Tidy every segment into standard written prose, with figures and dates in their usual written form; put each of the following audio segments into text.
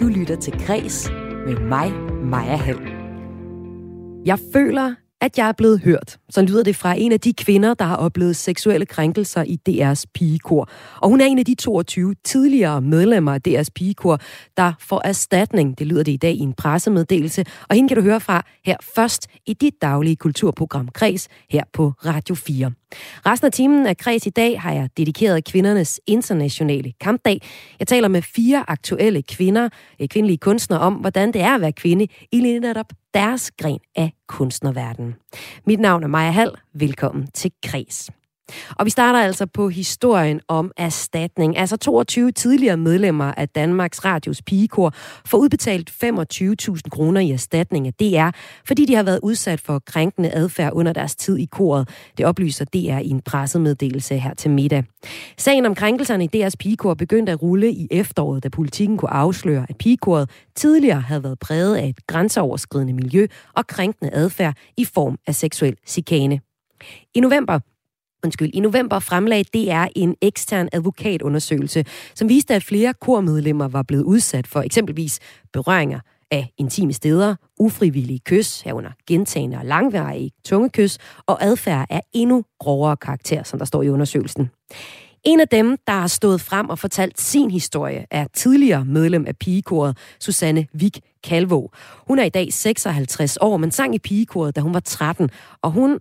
Du lytter til Kres med mig, Maja Hall. Jeg føler, at jeg er blevet hørt. Så lyder det fra en af de kvinder, der har oplevet seksuelle krænkelser i DR's pigekor. Og hun er en af de 22 tidligere medlemmer af DR's pigekor, der får erstatning. Det lyder det i dag i en pressemeddelelse. Og hende kan du høre fra her først i dit daglige kulturprogram Kres her på Radio 4. Resten af timen af Kres i dag har jeg dedikeret kvindernes internationale kampdag. Jeg taler med 4 aktuelle kvindelige kunstnere om, hvordan det er at være kvinde i netop deres gren af kunstnerverdenen. Mit navn er Maja Hall. Velkommen til Kres. Og vi starter altså på historien om erstatning. Altså 22 tidligere medlemmer af Danmarks Radios pigekor får udbetalt 25.000 kroner i erstatning af DR, fordi de har været udsat for krænkende adfærd under deres tid i koret. Det oplyser DR i en pressemeddelelse her til middag. Sagen om krænkelserne i DR's pigekor begyndte at rulle i efteråret, da Politikken kunne afsløre, at pigekoret tidligere havde været præget af et grænseoverskridende miljø og krænkende adfærd i form af seksuel chikane. I november fremlagde DR en ekstern advokatundersøgelse, som viste, at flere kormedlemmer var blevet udsat for eksempelvis berøringer af intime steder, ufrivillige kys, herunder gentagne og langvarige tungekys, og adfærd af endnu grovere karakter, som der står i undersøgelsen. En af dem, der har stået frem og fortalt sin historie, er tidligere medlem af pigekoret, Susanne Vik Kalvå. Hun er i dag 56 år, men sang i pigekoret, da hun var 13, og hun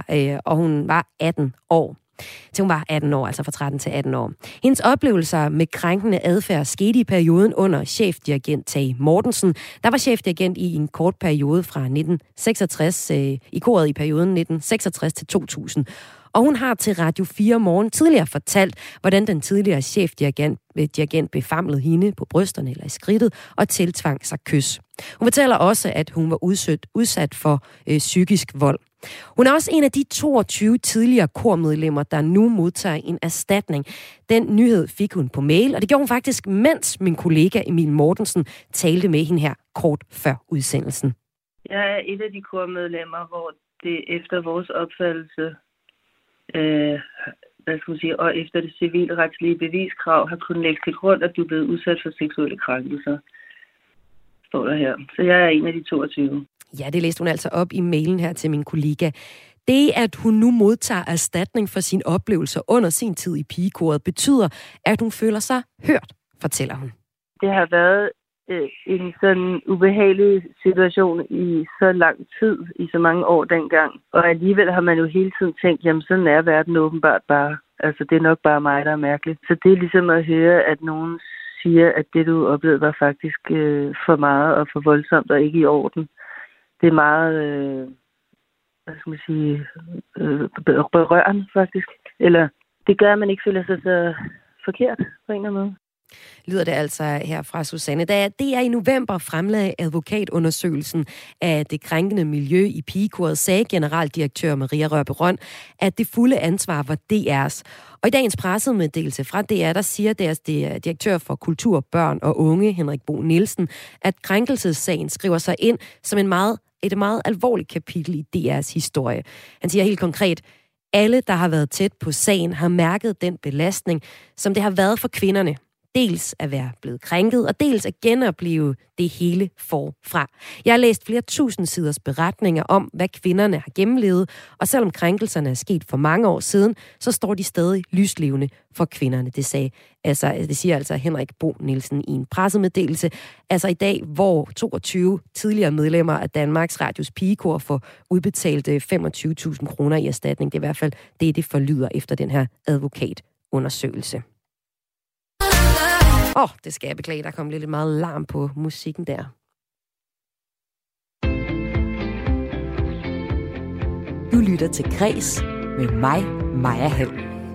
var 18 år. Til hun var 18 år, altså fra 13 til 18 år. Hendes oplevelser med krænkende adfærd skete i perioden under chefdirigent Tage Mortensen. Der var chefdirigent i en kort periode fra 1966, i koret i perioden 1966 til 2000. Og hun har til Radio 4 Morgen tidligere fortalt, hvordan den tidligere chefdirigent befamlede hende på brysterne eller i skridtet og tiltvang sig kys. Hun fortæller også, at hun var udsat for psykisk vold. Hun er også en af de 22 tidligere kormedlemmer, der nu modtager en erstatning. Den nyhed fik hun på mail, og det gjorde hun faktisk, mens min kollega Emil Mortensen talte med hende her kort før udsendelsen. Jeg er et af de kormedlemmer, hvor det efter vores opfattelse og efter det civilretslige beviskrav har kunnet lægge til grund, at du er blevet udsat for seksuelle krænkelser. Står der her. Så jeg er en af de 22. Ja, det læste hun altså op i mailen her til min kollega. Det, at hun nu modtager erstatning for sine oplevelser under sin tid i pigekoret, betyder, at hun føler sig hørt, fortæller hun. Det har været en sådan ubehagelig situation i så lang tid, i så mange år dengang. Og alligevel har man jo hele tiden tænkt, jamen sådan er verden åbenbart bare. Altså det er nok bare mig, der er mærkeligt. Så det er ligesom at høre, at nogen siger, at det du oplevede var faktisk for meget og for voldsomt og ikke i orden. Det er meget, berørende faktisk. Eller det gør, at man ikke føler sig så forkert på en eller anden måde. Lyder det altså her fra Susanne. Da DR i november fremlagde advokatundersøgelsen af det krænkende miljø i pigekoret, sagde generaldirektør Maria Rørbye Rønn, at det fulde ansvar var DR's. Og i dagens pressemeddelelse fra DR, der siger deres direktør for kultur, børn og unge, Henrik Bo Nielsen, at krænkelsessagen skriver sig ind som et meget alvorligt kapitel i DR's historie. Han siger helt konkret, alle, der har været tæt på sagen, har mærket den belastning, som det har været for kvinderne. Dels at være blevet krænket, og dels at genopleve det hele forfra. Jeg har læst flere tusind siders beretninger om, hvad kvinderne har gennemlevet, og selvom krænkelserne er sket for mange år siden, så står de stadig lyslevende for kvinderne. Det siger altså Henrik Bo Nielsen i en pressemeddelelse. Altså i dag, hvor 22 tidligere medlemmer af Danmarks Radios pigekor får udbetalt 25.000 kroner i erstatning. Det er i hvert fald det forlyder efter den her advokatundersøgelse. Det skal jeg beklage, der kom lidt meget larm på musikken der. Du lytter til Kres med mig, Maja Hall.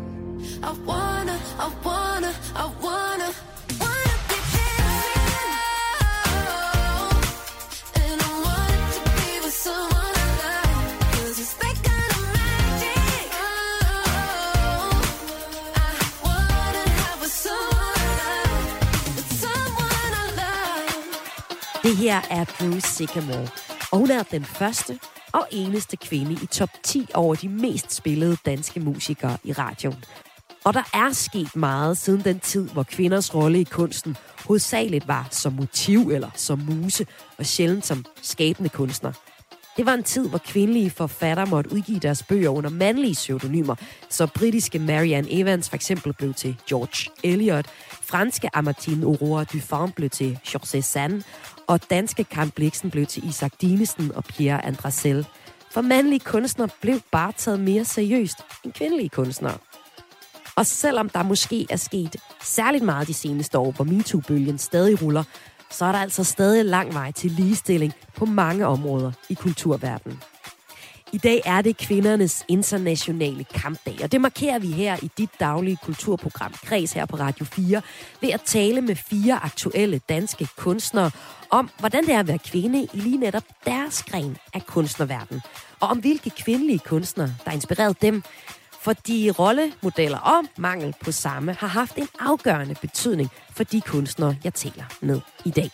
Det her er Drew Sycamore, og hun er den første og eneste kvinde i top 10 over de mest spillede danske musikere i radioen. Og der er sket meget siden den tid, hvor kvinders rolle i kunsten hovedsageligt var som motiv eller som muse, og sjældent som skabende kunstner. Det var en tid, hvor kvindelige forfattere måtte udgive deres bøger under mandlige pseudonymer, så britiske Marianne Evans for eksempel blev til George Eliot, franske Amandine Aurora Dufresne blev til Georges Sand, og danske Karen Blixen blev til Isak Dinesen og Pierre Andracel. For mandlige kunstnere blev bare taget mere seriøst end kvindelige kunstnere. Og selvom der måske er sket særligt meget de seneste år, hvor MeToo-bølgen stadig ruller, så er der altså stadig lang vej til ligestilling på mange områder i kulturverdenen. I dag er det kvindernes internationale kampdag, og det markerer vi her i dit daglige kulturprogram Kreds her på Radio 4 ved at tale med 4 aktuelle danske kunstnere om, hvordan det er at være kvinde i lige netop deres gren af kunstnerverdenen, og om hvilke kvindelige kunstnere, der inspirerede dem. Fordi rollemodeller og mangel på samme har haft en afgørende betydning for de kunstnere, jeg taler med i dag.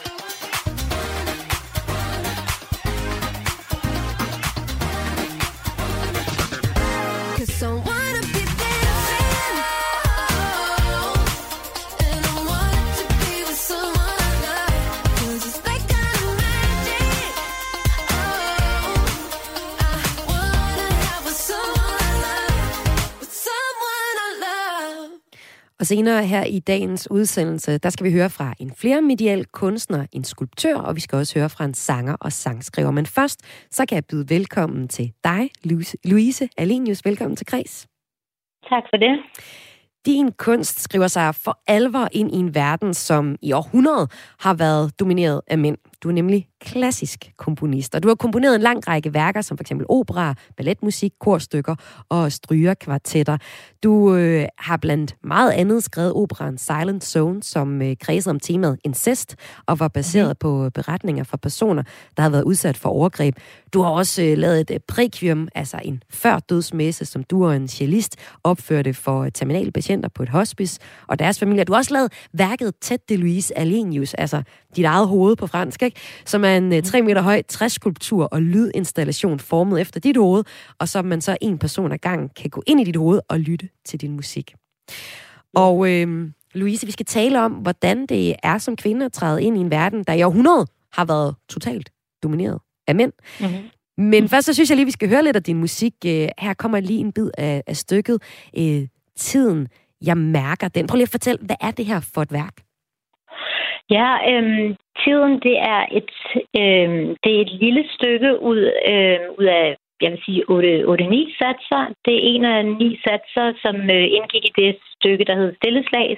Og senere her i dagens udsendelse, der skal vi høre fra en flermediel kunstner, en skulptør, og vi skal også høre fra en sanger og sangskriver. Men først, så kan jeg byde velkommen til dig, Louise Alenius. Velkommen til Kreds. Tak for det. Din kunst skriver sig for alvor ind i en verden, som i århundreder har været domineret af mænd. Du er nemlig klassisk komponist, og du har komponeret en lang række værker, som f.eks. opera, balletmusik, korstykker og strygerkvartetter. Du har blandt meget andet skrevet operaen Silent Zone, som kredsede om temaet incest, og var baseret på beretninger fra personer, der havde været udsat for overgreb. Du har også lavet et prækvium, altså en førdødsmesse, som du og en cellist opførte for terminale patienter på et hospice og deres familier. Du har også lavet værket Tête de Louise Alenius, altså dit eget hoved på fransk, ikke? Som er en 3 meter høj træskulptur og lydinstallation formet efter dit hoved, og så man så en person ad gangen kan gå ind i dit hoved og lytte til din musik. Og Louise, vi skal tale om, hvordan det er som kvinde at træde ind i en verden, der i århundreder har været totalt domineret af mænd. Mm-hmm. Men først så synes jeg lige, vi skal høre lidt af din musik. Her kommer lige en bid af stykket. Tiden, jeg mærker den. Prøv lige at fortælle, hvad er det her for et værk? Ja, tiden, det er et lille stykke ud af, jeg vil sige, 8-9 satser. Det er en af 9 satser, som indgik i det stykke, der hed Stilleslag,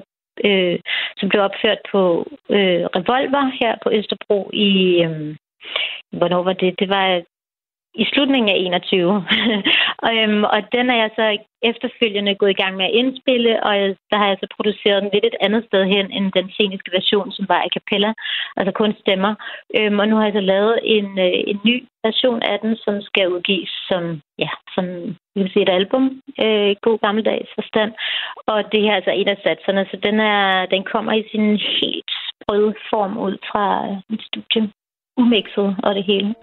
som blev opført på Revolver her på Østerbro i, hvornår var det? Det var i slutningen af 21. Og den er jeg så efterfølgende gået i gang med at indspille, og der har jeg så produceret den lidt et andet sted hen end den sceniske version, som var a cappella, altså kun stemmer. Og nu har jeg så lavet en ny version af den, som skal udgives som jeg vil sige, et album, god gammeldags forstand. Og det her er altså en af satserne, så den kommer i sin helt sprøde form ud fra et studie. Umixet og det hele.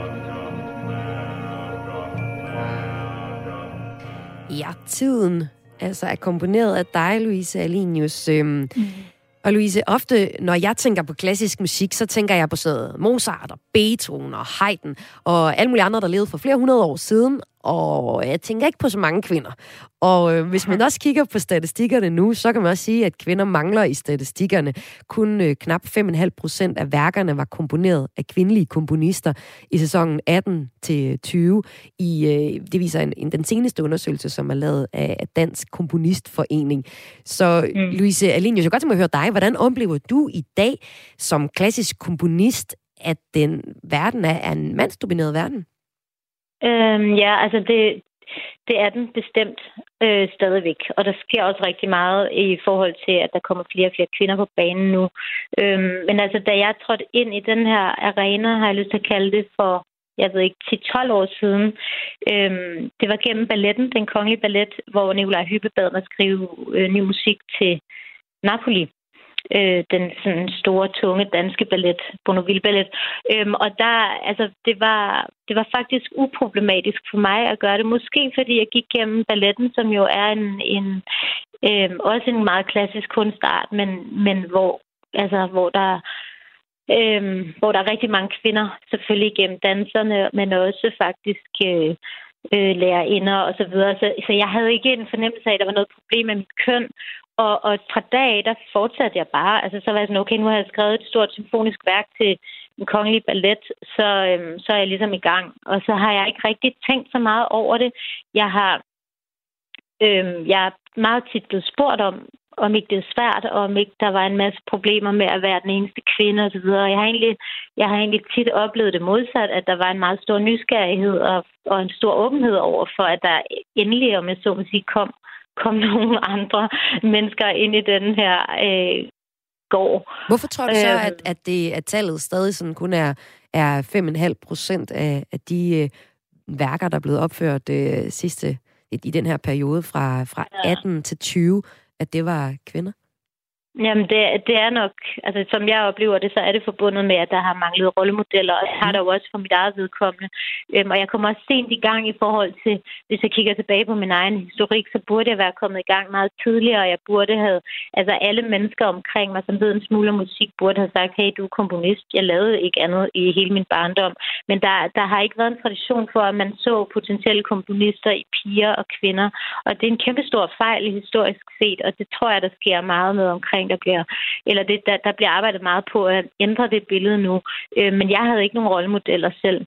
Ja, tiden, altså er komponeret af dig, Louise Alenius. Og Louise, ofte når jeg tænker på klassisk musik, så tænker jeg på så Mozart og Beethoven og Haydn og alle mulige andre, der levede for flere hundrede år siden. Og jeg tænker ikke på så mange kvinder. Og hvis man også kigger på statistikkerne nu, så kan man også sige, at kvinder mangler i statistikkerne. Kun knap 5,5% af værkerne var komponeret af kvindelige komponister i sæsonen 18-20. Det viser den seneste undersøgelse, som er lavet af Dansk Komponistforening. Så Louise Alenius, jeg kan godt tænke mig at høre dig. Hvordan oplever du i dag som klassisk komponist, at den verden er en mandsdomineret verden? Ja, altså det er den bestemt stadigvæk. Og der sker også rigtig meget i forhold til, at der kommer flere og flere kvinder på banen nu. Men altså, da jeg trådte ind i den her arena, har jeg lyst til at kalde det for, jeg ved ikke, 10-12 år siden. Det var gennem balletten, den kongelige ballet, hvor Nikolaj Hübbe bad mig skrive ny musik til Napoli. Den sådan store, tunge danske ballet, Bonneville Ballet. Og der, altså, det var faktisk uproblematisk for mig at gøre det. Måske fordi jeg gik gennem balletten, som jo er også en meget klassisk kunstart, men hvor der er rigtig mange kvinder, selvfølgelig gennem danserne, men også faktisk lærerinder og så videre. Så jeg havde ikke en fornemmelse af, at der var noget problem med mit køn. Og fra dag der fortsatte jeg bare. Altså, så var jeg sådan, okay, nu har jeg skrevet et stort symfonisk værk til en kongelig ballet, så er jeg ligesom i gang. Og så har jeg ikke rigtig tænkt så meget over det. Jeg er meget tit blevet spurgt om ikke det er svært, og om ikke der var en masse problemer med at være den eneste kvinde og så videre. Jeg har egentlig tit oplevet det modsat, at der var en meget stor nysgerrighed og en stor åbenhed over for, at der endelig, om jeg så må sige, kom nogle andre mennesker ind i den her gård. Hvorfor tror du så, at tallet stadig sådan kun er 5,5% af de værker, der er blevet opført i den her periode fra 18 til 20, at det var kvinder? Jamen, det er nok, altså som jeg oplever det, så er det forbundet med, at der har manglet rollemodeller, og det har der jo også for mit eget vedkommende. Og jeg kommer også sent i gang i forhold til, hvis jeg kigger tilbage på min egen historik, så burde jeg være kommet i gang meget tidligere, og jeg burde have, altså alle mennesker omkring mig, som ved en smule om musik, burde have sagt, hey, du er komponist, jeg lavede ikke andet i hele min barndom. Men der har ikke været en tradition for, at man så potentielle komponister i piger og kvinder, og det er en kæmpe stor fejl historisk set, og det tror jeg, der sker meget med omkring. Der bliver arbejdet meget på at ændre det billede nu. Men jeg havde ikke nogen rollemodeller selv.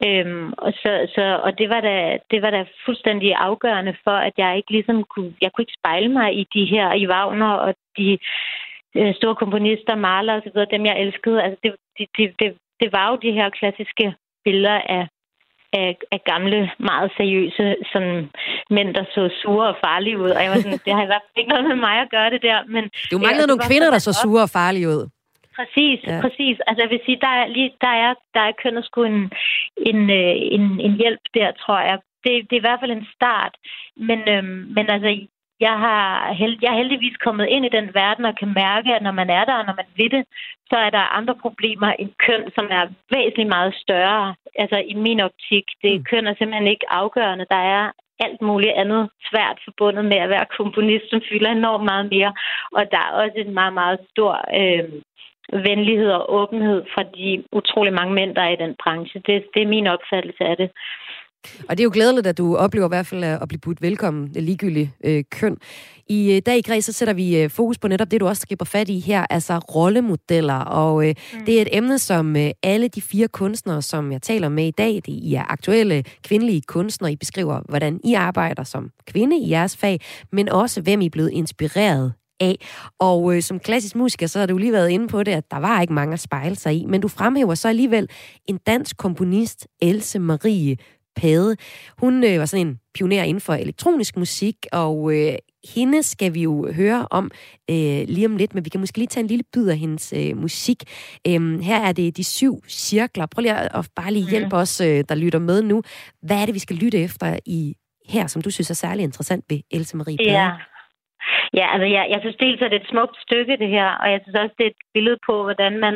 Og det var da fuldstændig afgørende for, at jeg ikke ligesom kunne ikke spejle mig i de her, i Wagner og de store komponister, malere og så videre, dem jeg elskede. Altså det var jo de her klassiske billeder af gamle, meget seriøse sådan, mænd, der så sure og farlige ud. Og jeg var sådan, det har i hvert fald ikke noget med mig at gøre det der. Men du manglede nogle kvinder, der så sure og farlige ud. Præcis. Altså jeg vil sige, der er kønnet sgu en hjælp der, tror jeg. Det er i hvert fald en start. Men altså, jeg er heldigvis kommet ind i den verden og kan mærke, at når man er der, og når man vil det, så er der andre problemer end køn, som er væsentligt meget større. Altså i min optik, køn er simpelthen ikke afgørende. Der er alt muligt andet svært forbundet med at være komponist, som fylder enormt meget mere. Og der er også en meget, meget stor venlighed og åbenhed fra de utrolig mange mænd, der er i den branche. Det er min opfattelse af det. Og det er jo glædeligt, at du oplever i hvert fald at blive budt velkommen, ligegyldigt køn. I dag i Græs, så sætter vi fokus på netop det, du også griber fat i her, altså rollemodeller. Og det er et emne, som alle de 4 kunstnere, som jeg taler med i dag, I er aktuelle kvindelige kunstnere. I beskriver, hvordan I arbejder som kvinde i jeres fag, men også hvem I er blevet inspireret af. Og som klassisk musiker, så har du lige været inde på det, at der var ikke mange at spejle sig i. Men du fremhæver så alligevel en dansk komponist, Else Marie Pade. Hun var sådan en pioner inden for elektronisk musik, og hende skal vi jo høre om lige om lidt, men vi kan måske lige tage en lille bid af hendes musik. Her er det de 7 cirkler. Prøv lige at bare lige hjælpe os, der lytter med nu. Hvad er det, vi skal lytte efter her, som du synes er særlig interessant ved Else Marie Pade? Ja. Ja, altså jeg synes dels, at det er et smukt stykke, det her, og jeg synes også, det er et billede på, hvordan man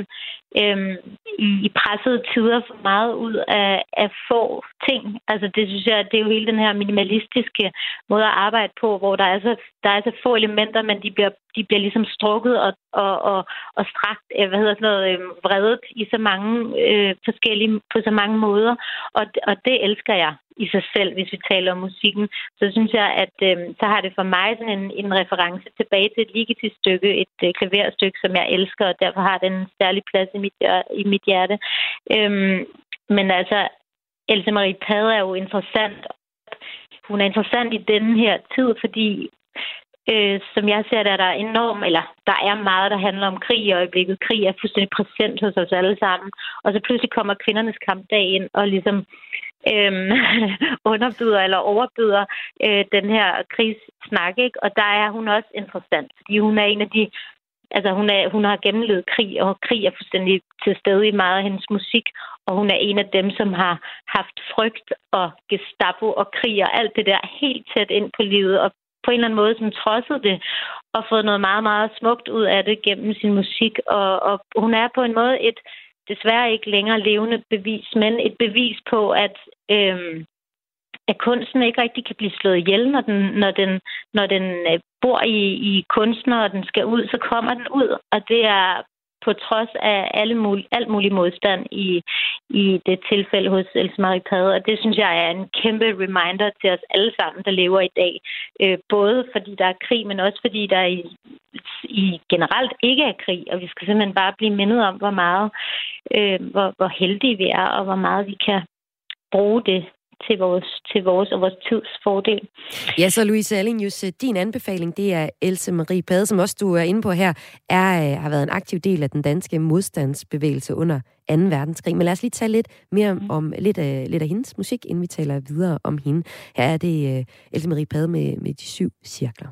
i pressede tider får meget ud af få ting. Altså det synes jeg, det er jo hele den her minimalistiske måde at arbejde på, hvor der er så få elementer, men de bliver ligesom strukket og strakt, vredet i så mange forskellige, på så mange måder, og det elsker jeg i sig selv, hvis vi taler om musikken. Så synes jeg, at så har det for mig sådan en reference tilbage til et Ligeti-stykke, et klaverstykke, som jeg elsker, og derfor har den en særlig plads i mit hjerte. Men altså, Else Marie Pade er jo interessant. Hun er interessant i denne her tid, fordi som jeg ser det, der er meget, der handler om krig i øjeblikket. Krig er fuldstændig præsent hos os alle sammen. Og så pludselig kommer kvindernes kampdag ind og ligesom underbyder eller overbyder den her krigssnak, ikke? Og der er hun også interessant, fordi hun er en af de... Altså, hun har gennemlevet krig, og krig er fuldstændig til stede i meget af hendes musik, og hun er en af dem, som har haft frygt og Gestapo og krig og alt det der helt tæt ind på livet, og på en eller anden måde som trodsede det, og fået noget meget, meget smukt ud af det gennem sin musik, og hun er på en måde et desværre ikke længere levende bevis, men et bevis på, at kunsten ikke rigtig kan blive slået ihjel, når den bor i kunstner, og den skal ud, så kommer den ud. Og det er på trods af alt mulig modstand i det tilfælde hos Else Marie Pade. Og det synes jeg er en kæmpe reminder til os alle sammen, der lever i dag. Både fordi der er krig, men også fordi der i generelt ikke er krig. Og vi skal simpelthen bare blive mindet om, hvor heldige vi er, og hvor meget vi kan bruge det til vores og vores tids fordel. Ja, så Louise Alenius, din anbefaling, det er Else Marie Pade, som også du er inde på her, har været en aktiv del af den danske modstandsbevægelse under 2. verdenskrig. Men lad os lige tage lidt mere om lidt af hendes musik, inden vi taler videre om hende. Her er det Else Marie Pade med de 7 cirkler.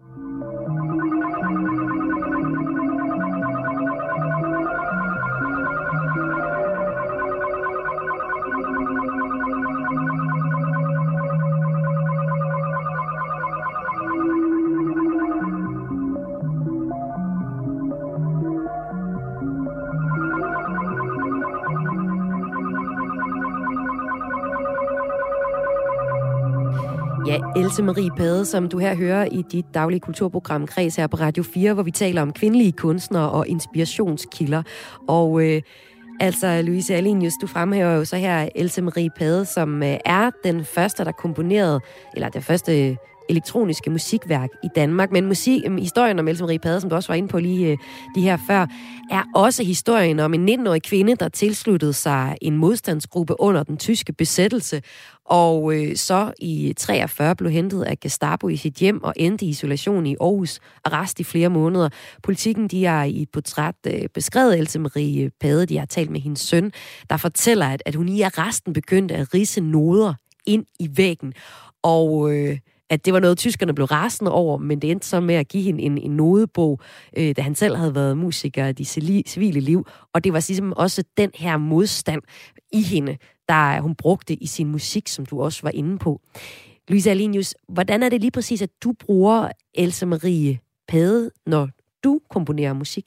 Ja, Else Marie Pade, som du her hører i dit daglige kulturprogram Kreds her på Radio 4, hvor vi taler om kvindelige kunstnere og inspirationskilder. Og Louise Alenius, du fremhæver jo så her Else Marie Pade, som er den første, der komponerede, eller det første elektroniske musikværk i Danmark. Men historien om Else Marie Pade, som du også var inde på lige de her før, er også historien om en 19-årig kvinde, der tilsluttede sig en modstandsgruppe under den tyske besættelse, og så i 43 blev hentet af Gestapo i sit hjem og endte i isolation i Aarhus arrest i flere måneder. Politikken, de har i et portræt beskrevet Else Marie Pade, de har talt med hendes søn, der fortæller, at hun i arresten begyndte at ridse noder ind i væggen, og at det var noget, tyskerne blev rasende over, men det endte så med at give hende en nodebog, da han selv havde været musiker af de civile liv. Og det var ligesom også den her modstand i hende, der hun brugte i sin musik, som du også var inde på. Louise Alenius, hvordan er det lige præcis, at du bruger Else Marie Pade, når du komponerer musik?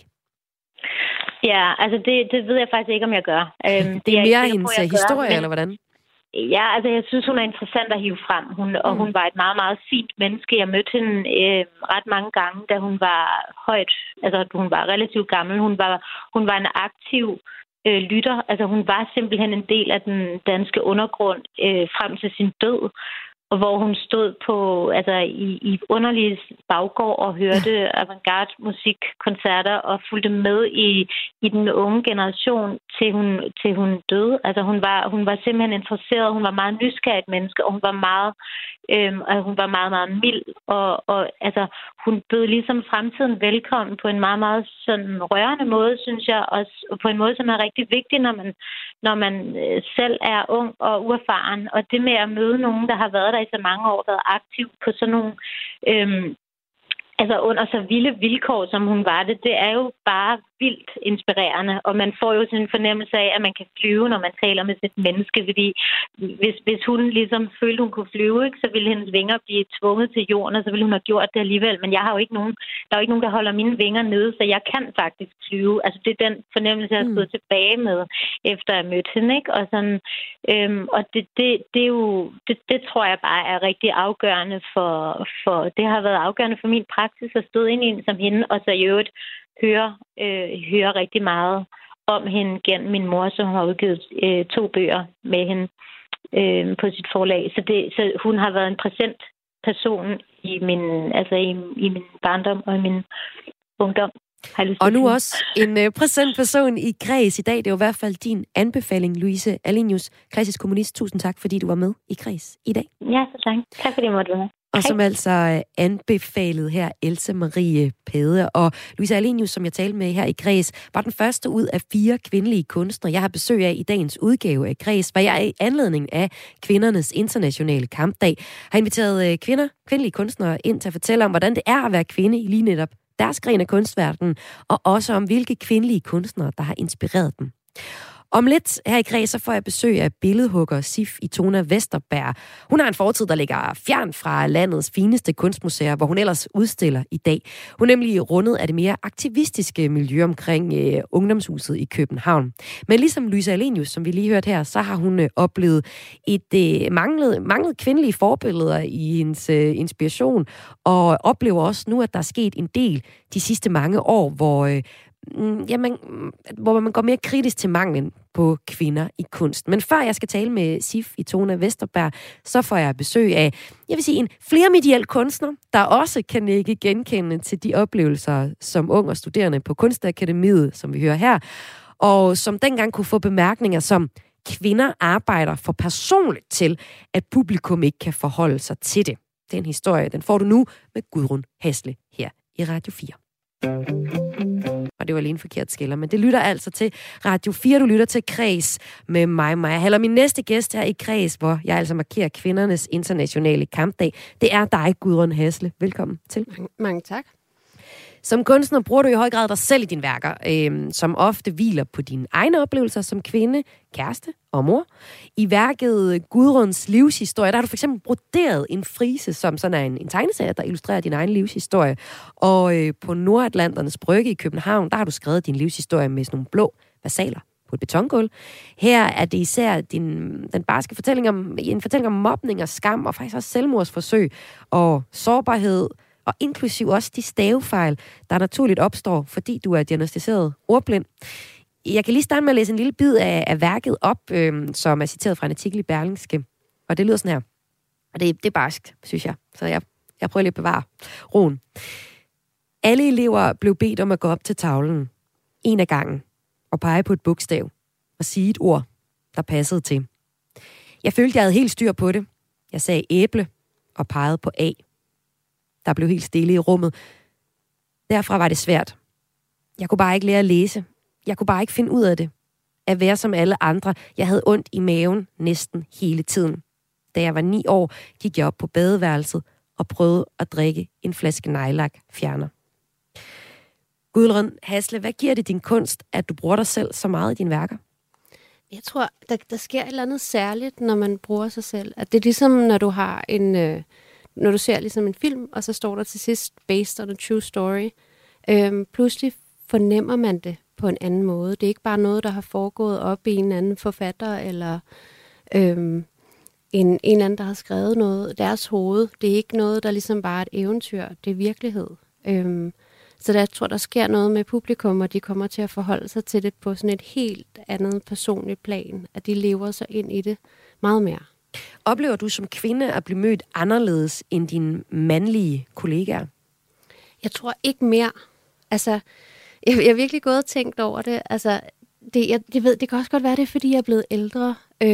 Ja, altså det ved jeg faktisk ikke, om jeg gør. Det er mere hendes historie, eller hvordan? Ja, altså jeg synes, hun er interessant at hive frem. Hun var et meget, meget fint menneske. Jeg mødte hende ret mange gange, da hun var højt. Altså hun var relativt gammel. Hun var en aktiv lytter. Altså hun var simpelthen en del af den danske undergrund frem til sin død. Og hvor hun stod i underlige baggård og hørte avantgarde musikkoncerter og fulgte med i den unge generation til hun døde. Altså hun var simpelthen interesseret. Hun var meget nysgerrigt menneske, og hun var meget, meget mild. Og altså hun bød ligesom fremtiden velkommen på en meget, meget sådan rørende måde, synes jeg, og på en måde, som er rigtig vigtig, når man selv er ung og uerfaren. Og det med at møde nogen, der har været der i så mange år, været aktiv på sådan nogle under så vilde vilkår, som hun var det er jo bare vildt inspirerende, og man får jo sådan en fornemmelse af, at man kan flyve, når man taler med sit menneske, fordi hvis hun ligesom følte, hun kunne flyve, ikke, så ville hendes vinger blive tvunget til jorden, og så ville hun have gjort det alligevel, men jeg har jo ikke nogen, der er jo ikke nogen, der holder mine vinger nede, så jeg kan faktisk flyve. Altså det er den fornemmelse, jeg har stået tilbage med, efter jeg mødte hende, ikke? Og sådan, og det er jo, det tror jeg bare er rigtig afgørende for det har været afgørende for min praksis at stå ind i en som hende, og så i øvrigt høre rigtig meget om hende gennem min mor, som har udgivet 2 bøger med hende på sit forlag. Så hun har været en præsent person i min barndom og i min ungdom. Og nu også en præsent person i Kreds i dag. Det er jo i hvert fald din anbefaling, Louise Alenius, klassisk kommunist. Tusind tak, fordi du var med i Kreds i dag. Ja, så tak. Tak fordi jeg måtte være med. Og som altså anbefalet her, Else Marie Pade. Og Louise Alenius, som jeg talte med her i Kreds, var den første ud af 4 kvindelige kunstnere, jeg har besøg af i dagens udgave af Kreds, hvor jeg i anledning af kvindernes internationale kampdag har inviteret kvindelige kunstnere ind til at fortælle om, hvordan det er at være kvinde i lige netop deres gren af kunstverdenen, og også om, hvilke kvindelige kunstnere, der har inspireret dem. Om lidt her i Kreds, så får jeg besøg af billedhugger Sif Itona Vesterberg. Hun har en fortid, der ligger fjern fra landets fineste kunstmuseer, hvor hun ellers udstiller i dag. Hun er nemlig rundet af det mere aktivistiske miljø omkring Ungdomshuset i København. Men ligesom Louise Alenius, som vi lige hørte her, så har hun oplevet et manglet kvindelige forbilleder i hendes inspiration, og oplever også nu, at der er sket en del de sidste mange år, hvor man går mere kritisk til manglen på kvinder i kunst. Men før jeg skal tale med Sif Itona Vesterberg, så får jeg besøg af, en flermediel kunstner, der også kan ikke genkende til de oplevelser som ung og studerende på Kunstakademiet, som vi hører her, og som dengang kunne få bemærkninger som, kvinder arbejder for personligt til, at publikum ikke kan forholde sig til det. Den historie, den får du nu med Gudrun Hasle her i Radio 4. Og det var lige en forkert skiller, men det lytter altså til Radio 4. Du lytter til Kreds med mig, Maja Hall. Min næste gæst her i Kreds, hvor jeg altså markerer kvindernes internationale kampdag, det er dig, Gudrun Hasle. Velkommen til. Mange tak. Som kunstner bruger du i høj grad dig selv i dine værker, som ofte hviler på dine egne oplevelser som kvinde, kæreste og mor. I værket Gudruns livshistorie, der har du for eksempel broderet en frise, som sådan er en tegneserie, der illustrerer din egen livshistorie. Og på Nordatlanternes Brygge i København, der har du skrevet din livshistorie med sådan nogle blå versaler på et betongulv. Her er det især den barske fortælling om mobning og skam, og faktisk også selvmordsforsøg og sårbarhed, og inklusiv også de stavefejl, der naturligt opstår, fordi du er diagnosticeret ordblind. Jeg kan lige starte med at læse en lille bid af værket op, som er citeret fra en artikel i Berlingske. Og det lyder sådan her. Og det er barskt, synes jeg. Så jeg prøver lige at bevare roen. Alle elever blev bedt om at gå op til tavlen, en af gangen, og pege på et bogstav, og sige et ord, der passede til. Jeg følte, jeg havde helt styr på det. Jeg sagde æble, og pegede på A. Der blev helt stille i rummet. Derfra var det svært. Jeg kunne bare ikke lære at læse. Jeg kunne bare ikke finde ud af det. At være som alle andre. Jeg havde ondt i maven næsten hele tiden. Da jeg var 9 år, gik jeg op på badeværelset og prøvede at drikke en flaske nejlak fjerner. Gudrun Hasle, hvad giver det din kunst, at du bruger dig selv så meget i dine værker? Jeg tror, der sker et eller andet særligt, når man bruger sig selv. At det er ligesom, når du har når du ser ligesom en film, og så står der til sidst based on a true story. Pludselig fornemmer man det på en anden måde. Det er ikke bare noget, der har foregået op i en anden forfatter, eller en eller anden, der har skrevet noget. Deres hoved, det er ikke noget, der ligesom bare er et eventyr. Det er virkelighed. Så jeg tror, der sker noget med publikum, og de kommer til at forholde sig til det på sådan et helt andet personligt plan. At de lever sig ind i det meget mere. Oplever du som kvinde at blive mødt anderledes end dine mandlige kollegaer? Jeg tror ikke mere. Altså, jeg har virkelig gået og tænkt over det. Altså, det kan også godt være, det er, fordi jeg er blevet ældre.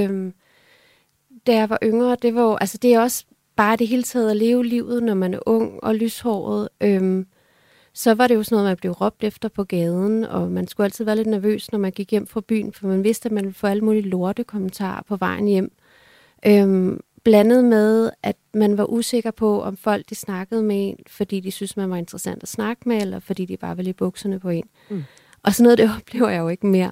Da jeg var yngre, det er også bare det hele taget at leve livet, når man er ung og lyshåret. Så var det jo sådan noget, man blev råbt efter på gaden, og man skulle altid være lidt nervøs, når man gik hjem fra byen, for man vidste, at man ville få alle mulige lortekommentarer på vejen hjem. Blandet med, at man var usikker på, om folk de snakkede med en, fordi de synes man var interessant at snakke med, eller fordi de bare ville i bukserne på en. Og sådan noget, det oplever jeg jo ikke mere.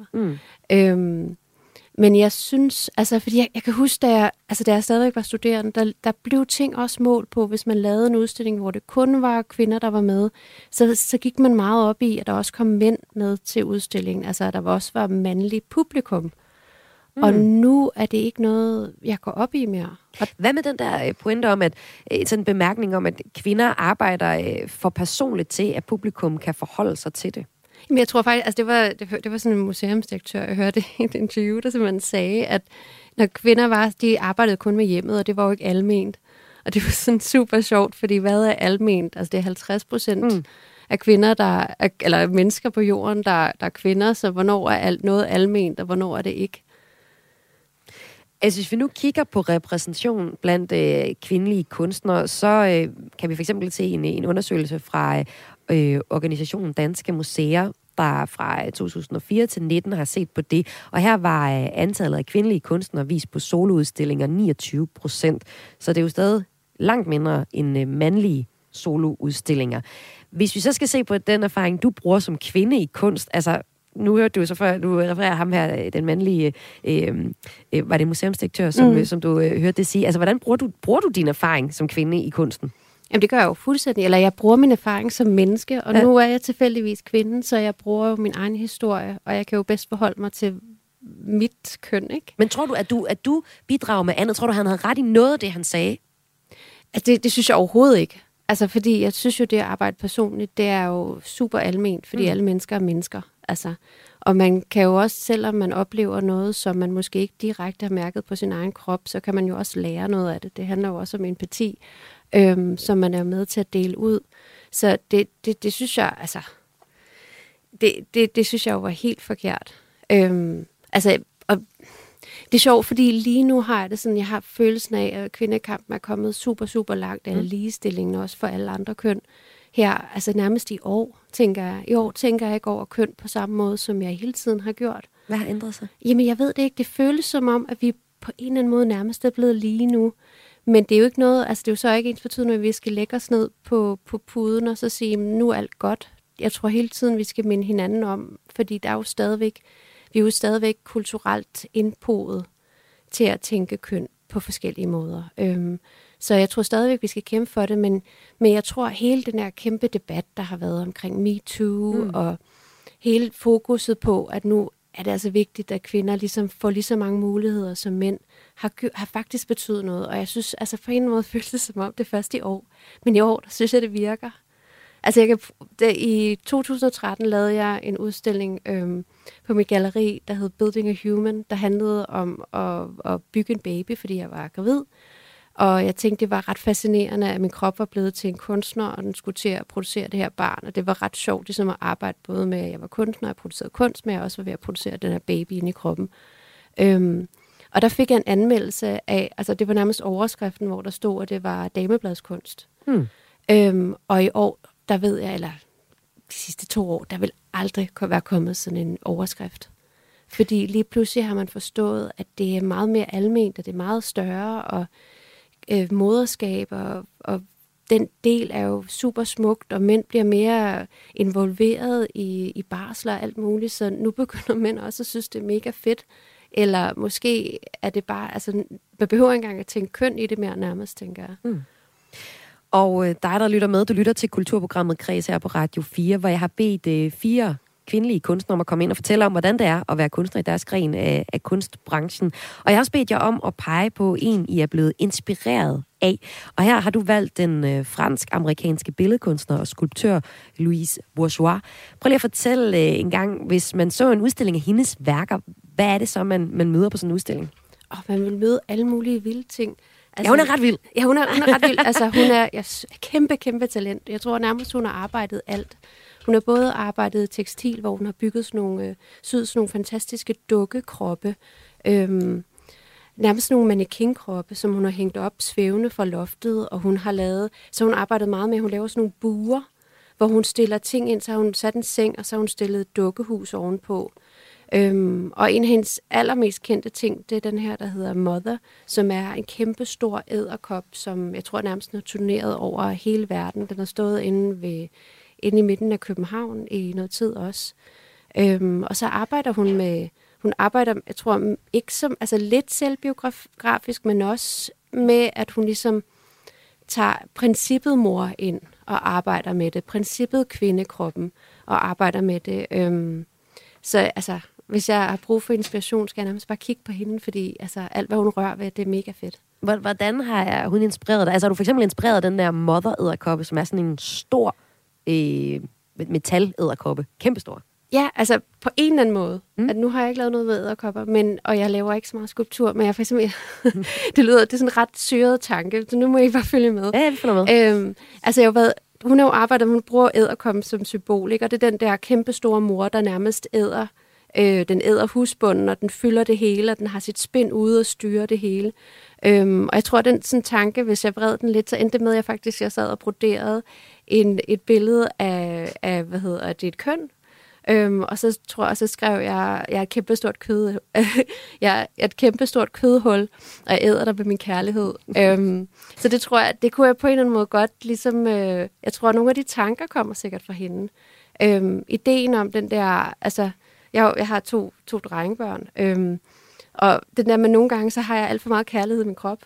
Men jeg synes, altså, fordi jeg kan huske, da jeg stadigvæk var studerende, der blev ting også målt på, hvis man lavede en udstilling, hvor det kun var kvinder, der var med, så gik man meget op i, at der også kom mænd med til udstillingen. Altså, at der også var mandlig publikum. Og nu er det ikke noget, jeg går op i mere. Hvad med den der pointe om, at sådan en bemærkning om, at kvinder arbejder for personligt til, at publikum kan forholde sig til det? Men jeg tror faktisk, altså det var sådan en museumsdirektør, jeg hørte i et interview, der simpelthen sagde, at når kvinder var, de arbejdede kun med hjemmet, og det var jo ikke alment. Og det var sådan super sjovt, fordi hvad er alment? Altså det er 50% af kvinder, eller mennesker på jorden, der er kvinder, så hvornår er noget alment, og hvornår er det ikke? Altså, hvis vi nu kigger på repræsentation blandt kvindelige kunstnere, så kan vi for eksempel se en undersøgelse fra organisationen Danske Museer, der fra 2004 til 19 har set på det. Og her var antallet af kvindelige kunstnere vist på soloudstillinger 29%. Så det er jo stadig langt mindre end mandlige soloudstillinger. Hvis vi så skal se på den erfaring, du bruger som kvinde i kunst, altså nu hørte du så før, du refererer ham her, den mandlige, var det museumsdirektør, som du hørte det sige. Altså, hvordan bruger du din erfaring som kvinde i kunsten? Jamen, det gør jeg jo fuldstændig. Eller jeg bruger min erfaring som menneske, og nu er jeg tilfældigvis kvinde, så jeg bruger jo min egen historie, og jeg kan jo bedst forholde mig til mit køn, ikke? Men tror du, at du bidrager med andet? Tror du, han havde ret i noget af det, han sagde? Altså, det synes jeg overhovedet ikke. Altså, fordi jeg synes jo, det at arbejde personligt, det er jo super alment, fordi alle mennesker er mennesker. Altså, og man kan jo også, selvom man oplever noget, som man måske ikke direkte har mærket på sin egen krop, så kan man jo også lære noget af det. Det handler jo også om empati, som man er med til at dele ud. Så det synes jeg, altså, det synes jeg jo var helt forkert. Altså, og det er sjovt, fordi lige nu har jeg det sådan, jeg har følelsen af, at kvindekampen er kommet super, super langt, eller ligestillingen også for alle andre køn. Her, altså nærmest i år, tænker jeg ikke over køn på samme måde, som jeg hele tiden har gjort. Hvad har ændret sig? Jamen, jeg ved det ikke. Det føles som om, at vi på en eller anden måde nærmest er blevet lige nu. Men det er jo ikke noget, altså det er jo så ikke ensbetydende, at vi skal lægge os ned på puden og så sige, nu er alt godt. Jeg tror hele tiden, vi skal minde hinanden om, fordi der er jo stadigvæk, vi er jo stadigvæk kulturelt indpodet til at tænke køn på forskellige måder. Så jeg tror stadigvæk, vi skal kæmpe for det, men jeg tror, hele den her kæmpe debat, der har været omkring MeToo, og hele fokuset på, at nu er det altså vigtigt, at kvinder ligesom får lige så mange muligheder som mænd, har faktisk betydet noget. Og jeg synes, altså på en måde føles det som om det først i år. Men i år, der synes jeg, det virker. Altså i 2013 lavede jeg en udstilling på mit galleri, der hed Building a Human, der handlede om at bygge en baby, fordi jeg var gravid. Og jeg tænkte, det var ret fascinerende, at min krop var blevet til en kunstner, og den skulle til at producere det her barn. Og det var ret sjovt ligesom at arbejde både med, at jeg var kunstner, og jeg producerede kunst, men jeg også var ved at producere den her baby inde i kroppen. Og der fik jeg en anmeldelse af, altså det var nærmest overskriften, hvor der stod, at det var damebladskunst. Og i år, der ved jeg, eller de sidste 2 år, der vil aldrig være kommet sådan en overskrift. Fordi lige pludselig har man forstået, at det er meget mere alment, og det er meget større, og moderskab, og den del er jo super smukt, og mænd bliver mere involveret i barsler og alt muligt, så nu begynder mænd også at synes, det er mega fedt. Eller måske er det bare, altså man behøver ikke engang at tænke køn i det mere nærmest, tænker jeg. Og dig, der lytter med, du lytter til kulturprogrammet Kreds her på Radio 4, hvor jeg har bedt 4 kvindelige kunstnere om at komme ind og fortælle om, hvordan det er at være kunstner i deres gren af kunstbranchen. Og jeg har også bedt jer om at pege på en, I er blevet inspireret af. Og her har du valgt den fransk-amerikanske billedkunstner og skulptør Louise Bourgeois. Prøv lige at fortælle en gang, hvis man så en udstilling af hendes værker, hvad er det så, man møder på sådan en udstilling? Man vil møde alle mulige vilde ting. Altså, ja, hun er ret vild. Ja, hun er ret vild. Altså, hun er kæmpe talent. Jeg tror nærmest, hun har arbejdet alt. Hun har både arbejdet i tekstil, hvor hun har bygget syet sådan nogle fantastiske dukkekroppe. Nærmest nogle mannequin-kroppe, som hun har hængt op svævende fra loftet, og hun har lavet, så hun arbejdet meget med, hun laver sådan nogle buer, hvor hun stiller ting ind, så har hun sat en seng, og så har hun stillet et dukkehus ovenpå. Og en af hendes allermest kendte ting, det er den her, der hedder Mother, som er en kæmpe stor edderkop, som jeg tror nærmest er turneret over hele verden. Den har stået inde i midten af København i noget tid også. Og så arbejder hun arbejder, jeg tror, ikke som, altså lidt selvbiografisk, men også med, at hun ligesom tager princippet mor ind og arbejder med det, princippet kvindekroppen og arbejder med det. Så altså, hvis jeg har brug for inspiration, skal jeg nærmest bare kigge på hende, fordi altså, alt, hvad hun rører ved, det er mega fedt. Hvordan har hun inspireret dig? Altså, har du for eksempel inspireret den der mother-edderkoppe, som er sådan en stor metal-edderkoppe? Kæmpestor. Ja, altså på en eller anden måde. At nu har jeg ikke lavet noget ved edderkopper, og jeg laver ikke så meget skulptur, men jeg for eksempel, det er sådan en ret syret tanke, så nu må I bare følge med. Ja, vi følger med. Altså, hun har jo arbejdet, hun bruger edderkoppen som symbol, ikke? Og det er den der kæmpe store mor, der nærmest æder. Den æder husbunden, og den fylder det hele, og den har sit spind ude og styrer det hele. Og jeg tror, at den sådan tanke, hvis jeg vred den lidt, så endte med, at jeg sad og broderede et billede af det er et køn. Og så så skrev jeg er et kæmpestort jeg er et kæmpestort kødhul, og jeg æder dig med min kærlighed. Så det tror jeg, det kunne jeg på en eller anden måde godt, ligesom, jeg tror, at nogle af de tanker kommer sikkert fra hende. Ideen om den der, altså, jeg har to drengebørn, og den der med nogle gange, så har jeg alt for meget kærlighed i min krop.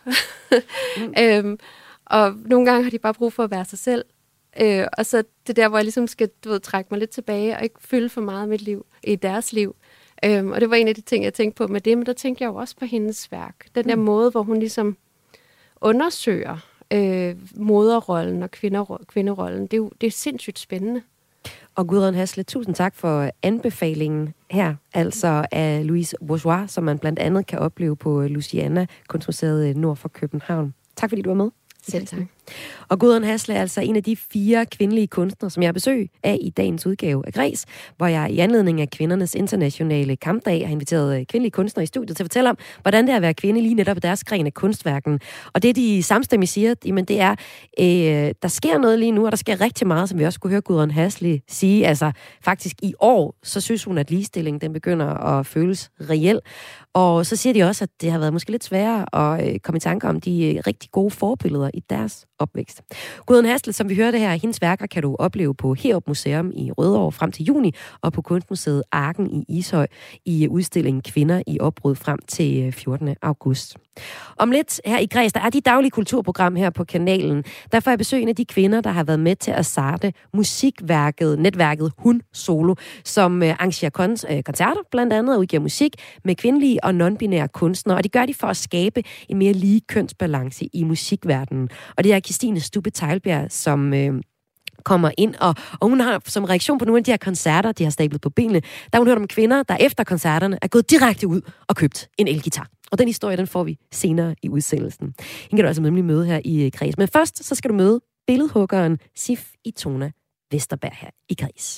Og nogle gange har de bare brug for at være sig selv. Og så det der, hvor jeg ligesom skal trække mig lidt tilbage og ikke fylde for meget af mit liv i deres liv. Og det var en af de ting, jeg tænkte på med det, men der tænkte jeg jo også på hendes værk. Den der måde, hvor hun ligesom undersøger moderrollen og kvinderollen, det er sindssygt spændende. Og Gudrun Hasle, tusind tak for anbefalingen her, altså af Louise Bourgeois, som man blandt andet kan opleve på Louisiana, Kunstmuseet nord for København. Tak fordi du var med. Selv tak. Og Gudrun Hasle er altså en af de 4 kvindelige kunstnere, som jeg har besøg af i dagens udgave af Græs, hvor jeg i anledning af kvindernes internationale kampdag har inviteret kvindelige kunstnere i studiet til at fortælle om, hvordan det er at være kvinde lige netop i deres gren af kunstværken. Og det, de samstemmigt siger, jamen, det er, der sker noget lige nu, og der sker rigtig meget, som vi også kunne høre Gudrun Hasle sige. Altså faktisk i år, så synes hun, at ligestilling den begynder at føles reel. Og så siger de også, at det har været måske lidt sværere at komme i tanke om de rigtig gode forbilleder i deres opvækst. Gudrun Hasle, som vi hørte her, hendes værker kan du opleve på Heerup Museum i Rødovre frem til juni, og på Kunstmuseet Arken i Ishøj i udstillingen Kvinder i opbrud frem til 14. august. Om lidt her i Græs, der er de daglige kulturprogram her på kanalen. Der får jeg besøg af de kvinder, der har været med til at starte netværket Hun Solo, som arrangerer koncerter blandt andet og udgiver musik med kvindelige og non-binære kunstnere. Og det gør de for at skabe en mere lige kønsbalance i musikverdenen. Og det er Kristine Stubbe Teglbjerg, som kommer ind, og hun har som reaktion på nogle af de her koncerter, de har stablet på benene, der har hun hørt om kvinder, der efter koncerterne er gået direkte ud og købt en elgitar. Og den historie, den får vi senere i udsendelsen. Den kan du altså nemlig møde her i Græs. Men først, så skal du møde billedhuggeren Sif Itona Vesterberg her i Græs.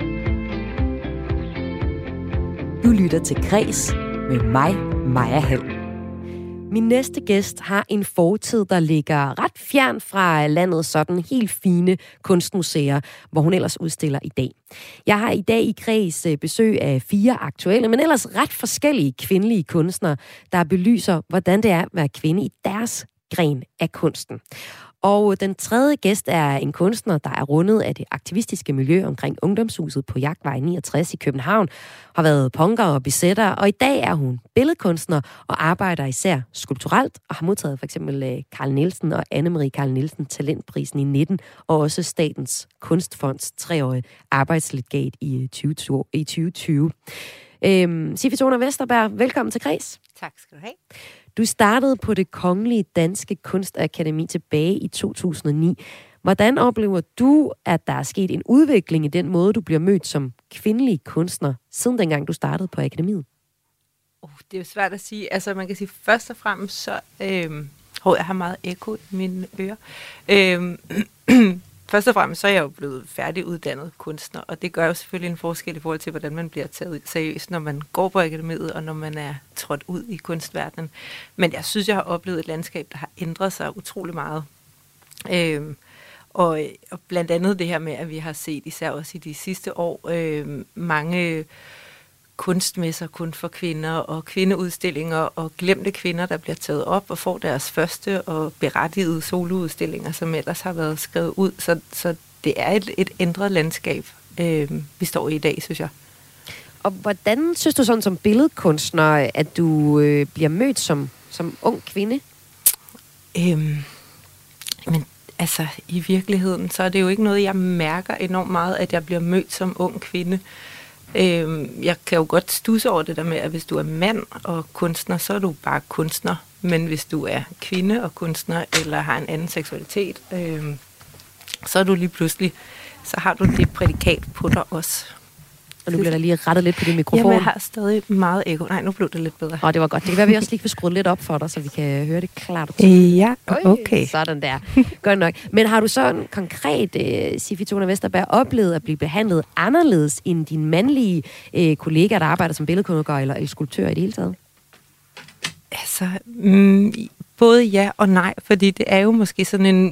Du lytter til Græs med mig, Maja Hall. Min næste gæst har en fortid, der ligger ret fjern fra landets sådan helt fine kunstmuseer, hvor hun ellers udstiller i dag. Jeg har i dag i Græs besøg af 4 aktuelle, men ellers ret forskellige kvindelige kunstnere, der belyser, hvordan det er at være kvinde i deres gren af kunsten. Og den tredje gæst er en kunstner, der er rundet af det aktivistiske miljø omkring Ungdomshuset på Jagtvej 69 i København, har været punker og besætter, og i dag er hun billedkunstner og arbejder især skulpturelt, og har modtaget for eksempel Carl Nielsen og Anne-Marie Carl Nielsen Talentprisen i 19, og også Statens Kunstfonds 3-årige arbejdslegat i 2020. Sif Itona Vesterberg, velkommen til Græs. Tak skal du have. Du startede på Det Kongelige Danske Kunstakademi tilbage i 2009. Hvordan oplever du, at der er sket en udvikling i den måde, du bliver mødt som kvindelig kunstner, siden dengang du startede på akademiet? Det er jo svært at sige. Altså man kan sige, først og fremmest så... jeg har meget ekko i mine ører. Først og fremmest så er jeg jo blevet færdiguddannet kunstner, og det gør jo selvfølgelig en forskel i forhold til, hvordan man bliver taget seriøst, når man går på akademiet, og når man er trådt ud i kunstverdenen. Men jeg synes, jeg har oplevet et landskab, der har ændret sig utrolig meget. Og blandt andet det her med, at vi har set, især også i de sidste år, mange kunstmesser kun for kvinder og kvindeudstillinger og glemte kvinder, der bliver taget op og får deres første og berettigede soloudstillinger, som ellers har været skrevet ud. Så det er et ændret landskab, vi står i dag, synes jeg. Og hvordan synes du sådan som billedkunstner, at du bliver mødt som ung kvinde? Men altså, i virkeligheden, så er det jo ikke noget, jeg mærker enormt meget, at jeg bliver mødt som ung kvinde. Jeg kan jo godt studse over det der med, at hvis du er mand og kunstner, så er du bare kunstner. Men hvis du er kvinde og kunstner, eller har en anden seksualitet, så er du lige pludselig, så har du det prædikat på dig også. Og nu bliver der lige rettet lidt på din mikrofon. Jamen, jeg har stadig meget ekko. Nej, nu blev det lidt bedre. Det var godt. Det kan være, vi også lige kan skrue lidt op for dig, så vi kan høre det klart. Ja, okay. Sådan der. Godt nok. Men har du så en konkret, Sifi Tone Vesterberg, oplevet at blive behandlet anderledes end dine mandlige kollegaer, der arbejder som billedkunstner eller skulptør i det hele taget? Altså, både ja og nej, fordi det er jo måske sådan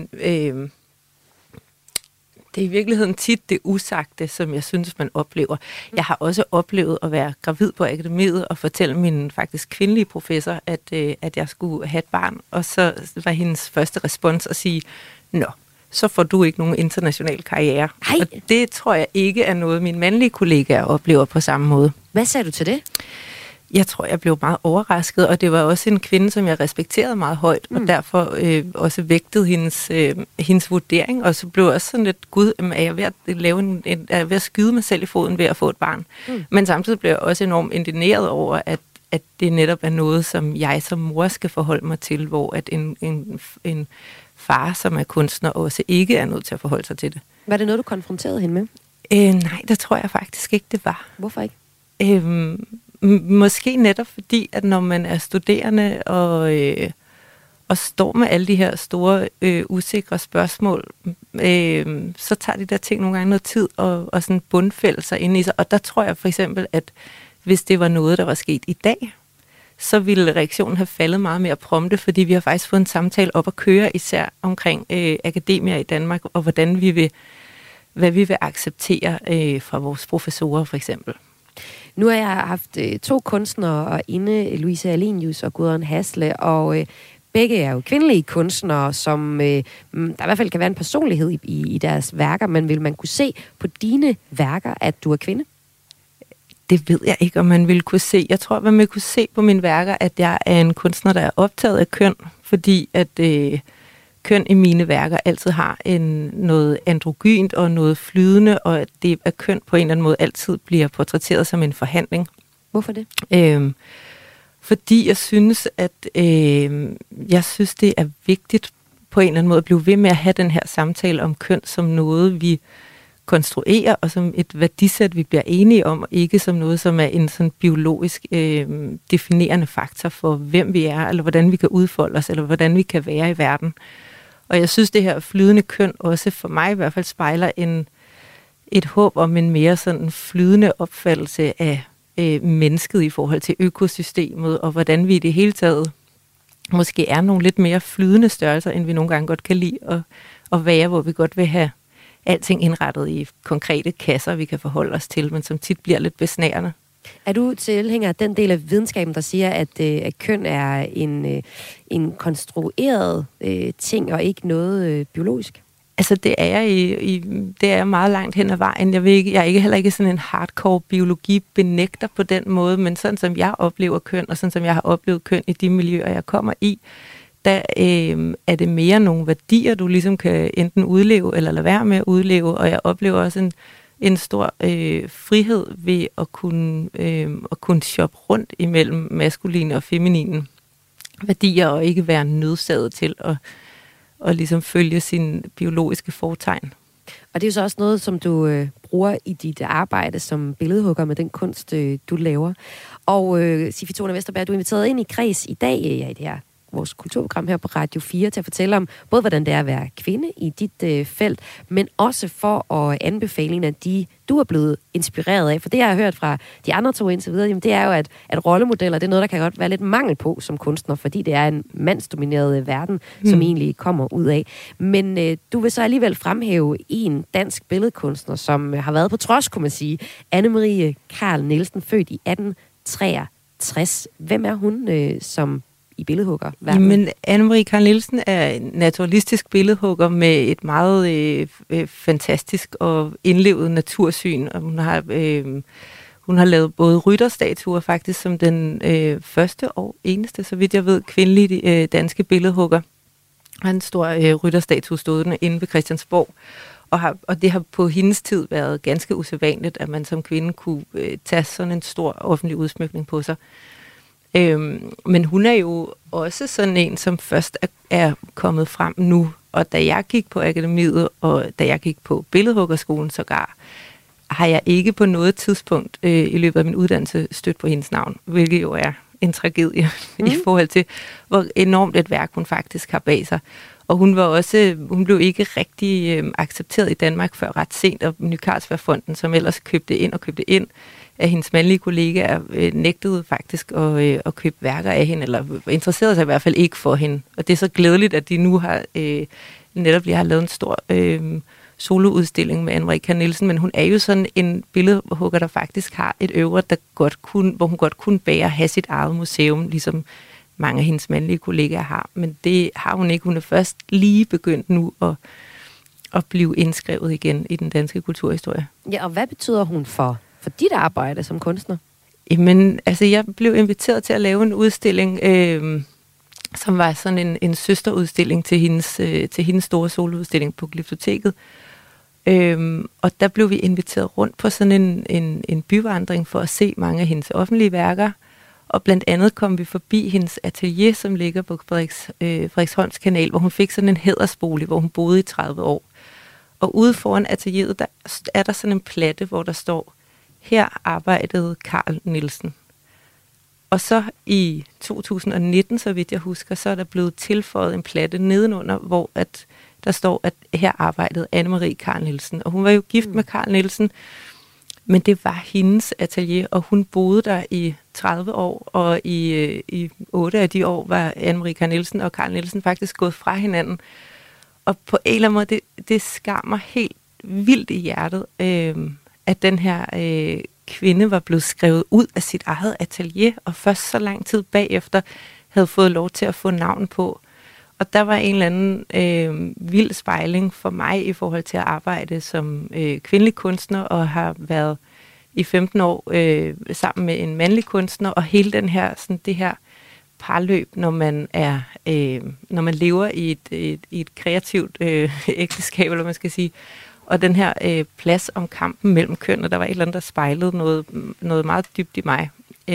det er i virkeligheden tit det usagte, som jeg synes, man oplever. Jeg har også oplevet at være gravid på akademiet og fortælle min faktisk kvindelige professor, at jeg skulle have et barn. Og så var hendes første respons at sige, nå, så får du ikke nogen international karriere. Ej. Og det tror jeg ikke er noget, mine mandlige kollegaer oplever på samme måde. Hvad sagde du til det? Jeg tror, jeg blev meget overrasket, og det var også en kvinde, som jeg respekterede meget højt, og derfor også vægtede hendes vurdering, og så blev jeg også sådan lidt, gud, er jeg ved at, ved at skyde mig selv i foden ved at få et barn. Men samtidig blev jeg også enormt indigneret over, at det netop er noget, som jeg som mor skal forholde mig til, hvor at en far, som er kunstner, også ikke er nødt til at forholde sig til det. Var det noget, du konfronterede hende med? Nej, det tror jeg faktisk ikke, det var. Hvorfor ikke? Måske netop fordi, at når man er studerende og står med alle de her store usikre spørgsmål, så tager de der ting nogle gange noget tid og sådan bundfælde sig ind i sig. Og der tror jeg for eksempel, at hvis det var noget, der var sket i dag, så ville reaktionen have faldet meget mere prompte, fordi vi har faktisk fået en samtale op at køre, især omkring akademier i Danmark, og hvad vi vil acceptere fra vores professorer for eksempel. Nu har jeg haft 2 kunstnere inde, Louise Alenius og Gudrun Hasle, og begge er jo kvindelige kunstnere, som der i hvert fald kan være en personlighed i deres værker, men vil man kunne se på dine værker, at du er kvinde? Det ved jeg ikke, om man vil kunne se. Jeg tror, at man vil kunne se på mine værker, at jeg er en kunstner, der er optaget af køn, fordi at køn i mine værker altid har noget androgynt og noget flydende, og at det at køn på en eller anden måde altid bliver portrætteret som en forhandling. Hvorfor det? Fordi jeg synes, at det er vigtigt på en eller anden måde at blive ved med at have den her samtale om køn som noget, vi konstruerer, og som et værdisæt, vi bliver enige om, og ikke som noget, som er en sådan biologisk definerende faktor for, hvem vi er, eller hvordan vi kan udfolde os, eller hvordan vi kan være i verden. Og jeg synes, det her flydende køn også for mig i hvert fald spejler et håb om en mere sådan flydende opfattelse af mennesket i forhold til økosystemet, og hvordan vi i det hele taget måske er nogle lidt mere flydende størrelser, end vi nogle gange godt kan lide at være, hvor vi godt vil have alting indrettet i konkrete kasser, vi kan forholde os til, men som tit bliver lidt besnærende. Er du tilhænger af den del af videnskaben, der siger, at køn er en konstrueret ting, og ikke noget biologisk? Altså, det er jeg meget langt hen ad vejen. Jeg er heller ikke sådan en hardcore biologi-benægter på den måde, men sådan som jeg oplever køn, og sådan som jeg har oplevet køn i de miljøer, jeg kommer i, der er det mere nogle værdier, du ligesom kan enten udleve eller lade være med at udleve, og jeg oplever også en stor frihed ved at kunne shoppe rundt imellem maskuline og feminine værdier, og ikke være nødsaget til at ligesom følge sin biologiske fortegn. Og det er jo så også noget, som du bruger i dit arbejde som billedhugger med den kunst, du laver. Og Sifi Tone Vesterberg, du er inviteret ind i Kreds i dag, i det her vores kulturprogram her på Radio 4, til at fortælle om både, hvordan det er at være kvinde i dit felt, men også for at anbefale en af de, du er blevet inspireret af. For det, jeg har hørt fra de andre 2 indtil videre, jamen, det er jo, at rollemodeller, det er noget, der kan godt være lidt mangel på som kunstner, fordi det er en mandsdomineret verden, som egentlig kommer ud af. Men du vil så alligevel fremhæve en dansk billedkunstner, som har været på trods, kunne man sige, Anne-Marie Carl Nielsen, født i 1863. Hvem er hun som i billedhugger? Men Anne-Marie Carl Nielsen er en naturalistisk billedhugger med et meget fantastisk og indlevet natursyn, og Hun har lavet både rytterstatuer faktisk som den første og eneste, så vidt jeg ved, kvindelige danske billedhugger. Har en stor rytterstatue stående inde ved Christiansborg. Og det har på hendes tid været ganske usædvanligt, at man som kvinde kunne tage sådan en stor offentlig udsmykning på sig. Men hun er jo også sådan en, som først er kommet frem nu. Og da jeg gik på akademiet, og da jeg gik på billedhuggerskolen sågar, har jeg ikke på noget tidspunkt i løbet af min uddannelse stødt på hendes navn, hvilket jo er en tragedie i forhold til, hvor enormt et værk hun faktisk har bag sig. Og hun blev ikke rigtig accepteret i Danmark før ret sent, og Ny Carlsbergfonden, som ellers købte ind af hendes mandlige kollegaer, nægtede faktisk at købe værker af hende, eller interesserede sig i hvert fald ikke for hende. Og det er så glædeligt, at de nu har netop lige har lavet en stor soloudstilling med Anne-Marie Carl Nielsen, men hun er jo sådan en billedhugger, der faktisk har et øvre, hvor hun godt kunne bære at have sit eget museum, ligesom mange af hendes mandlige kollegaer har. Men det har hun ikke. Hun er først lige begyndt nu at blive indskrevet igen i den danske kulturhistorie. Ja, og hvad betyder hun for dit arbejde som kunstner? Jamen, altså jeg blev inviteret til at lave en udstilling, som var sådan en søsterudstilling til hendes store soloudstilling på Glyptoteket. Og der blev vi inviteret rundt på sådan en byvandring for at se mange af hendes offentlige værker. Og blandt andet kom vi forbi hendes atelier, som ligger på Frederiksholms Kanal, hvor hun fik sådan en hædersbolig, hvor hun boede i 30 år. Og ude foran atelieret, der er der sådan en platte, hvor der står, her arbejdede Carl Nielsen. Og så i 2019, så vidt jeg husker, så er der blevet tilføjet en platte nedenunder, hvor at der står, at her arbejdede Anne-Marie Carl Nielsen. Og hun var jo gift med Carl Nielsen, men det var hendes atelier, og hun boede der i 30 år, og i 8 af de år var Anne-Marie Carl Nielsen og Carl Nielsen faktisk gået fra hinanden. Og på en eller anden måde, det skar mig helt vildt i hjertet, at den her kvinde var blevet skrevet ud af sit eget atelier, og først så lang tid bagefter havde fået lov til at få navn på. Og der var en eller anden vild spejling for mig i forhold til at arbejde som kvindelig kunstner, og har været i 15 år sammen med en mandlig kunstner, og hele den her, sådan det her parløb, når man lever i et kreativt ægteskab, eller man skal sige, og den her plads om kampen mellem køn, og der var et eller andet, der spejlede noget meget dybt i mig,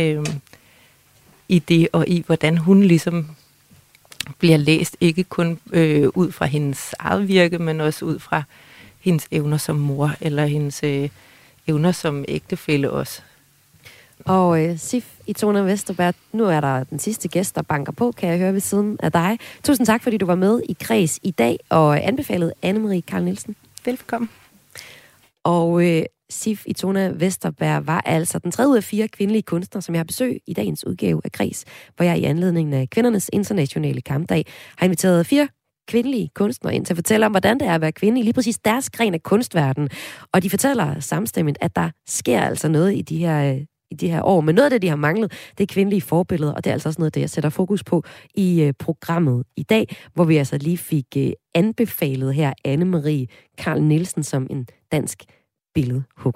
i det, og i hvordan hun ligesom bliver læst, ikke kun ud fra hendes eget virke, men også ud fra hendes evner som mor, eller hendes evner som ægtefælle også. Og Sif Itona Vesterberg, nu er der den sidste gæst, der banker på, kan jeg høre ved siden af dig. Tusind tak, fordi du var med i Kreds i dag, og anbefalede Anne-Marie Carl Nielsen. Velkommen. Og Sif Itona Vesterberg var altså den 3 ud af 4 kvindelige kunstnere, som jeg har besøg i dagens udgave af Kreds, hvor jeg i anledningen af kvindernes internationale kampdag har inviteret 4 kvindelige kunstnere ind til at fortælle om, hvordan det er at være kvinde i lige præcis deres gren af kunstverden. Og de fortæller samstemmigt, at der sker altså noget i de her år. Men noget af det, de har manglet, det er kvindelige forbilleder, og det er altså også noget af det, jeg sætter fokus på i programmet i dag, hvor vi altså lige fik anbefalet her Anne-Marie Carl Nielsen som en dansk billedhugger.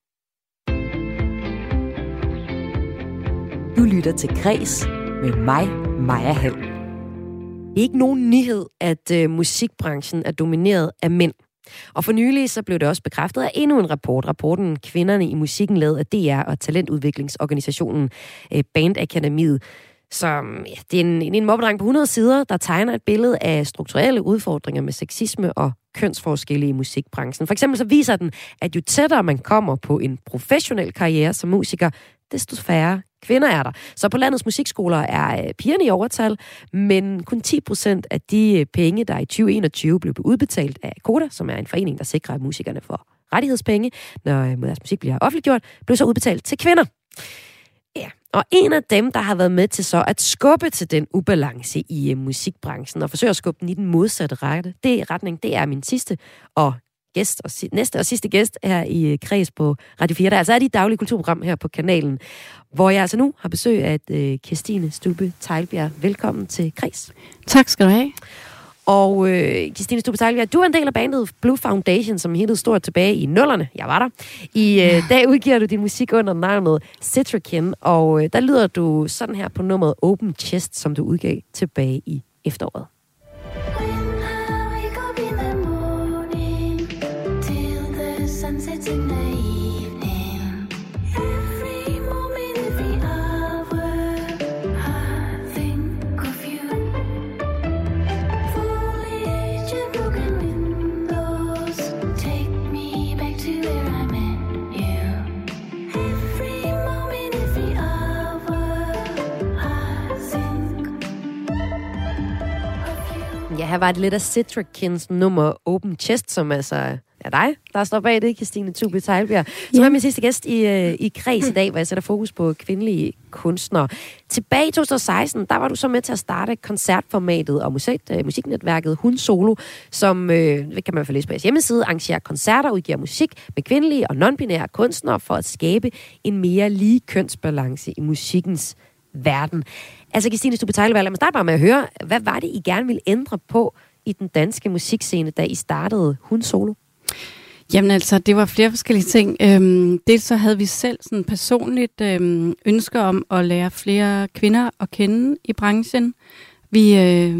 Du lytter til Kreds med mig, Maja Hall. Det er ikke nogen nyhed, at musikbranchen er domineret af mænd. Og for nylig så blev det også bekræftet af endnu en rapport. Rapporten Kvinderne i musikken, lavet af DR og talentudviklingsorganisationen Bandakademiet. Så det er en mobbedreng på 100 sider, der tegner et billede af strukturelle udfordringer med sexisme og kønsforskelle i musikbranchen. For eksempel så viser den, at jo tættere man kommer på en professionel karriere som musiker, desto færre kvinder er der. Så på landets musikskoler er pigerne i overtal, men kun 10% af de penge, der i 2021 blev udbetalt af Koda, som er en forening, der sikrer, at musikerne får rettighedspenge, når deres musik bliver offentliggjort, blev så udbetalt til kvinder. Ja, og en af dem, der har været med til så at skubbe til den ubalance i musikbranchen og forsøge at skubbe den i den modsatte retning, det er min sidste og næste og sidste gæst her i Kreds på Radio 4. Der altså er de daglige kulturprogram her på kanalen, hvor jeg altså nu har besøg af Kirstine Stubbe Teglbjerg. Velkommen til Kreds. Tak skal du have. Og Christine Stube Teglbjerg, du er en del af bandet Blue Foundation, som hittede stort tilbage i 00'erne. Jeg var der. I dag udgiver du din musik under navnet Citrakin, og der lyder du sådan her på nummeret Open Chest, som du udgav tilbage i efteråret. Ja, her var det lidt af Citrakins nummer Open Chest, som altså er dig, der står bag det, Christine Stube Teglbjerg. Som er min sidste gæst i Kreds i dag, hvor jeg sætter fokus på kvindelige kunstnere. Tilbage i 2016, der var du så med til at starte koncertformatet og musiknetværket Hun Solo, som, det kan man i hvert fald læse på jeres hjemmeside, arrangerer koncerter, udgiver musik med kvindelige og non-binære kunstnere for at skabe en mere lige kønsbalance i musikkens verden. Altså, Christine Stube Teglbjerg, lad mig starte bare med at høre, hvad var det, I gerne ville ændre på i den danske musikscene, da I startede Hun Solo? Jamen altså, det var flere forskellige ting. Dels så havde vi selv sådan personligt ønsker om at lære flere kvinder at kende i branchen. Vi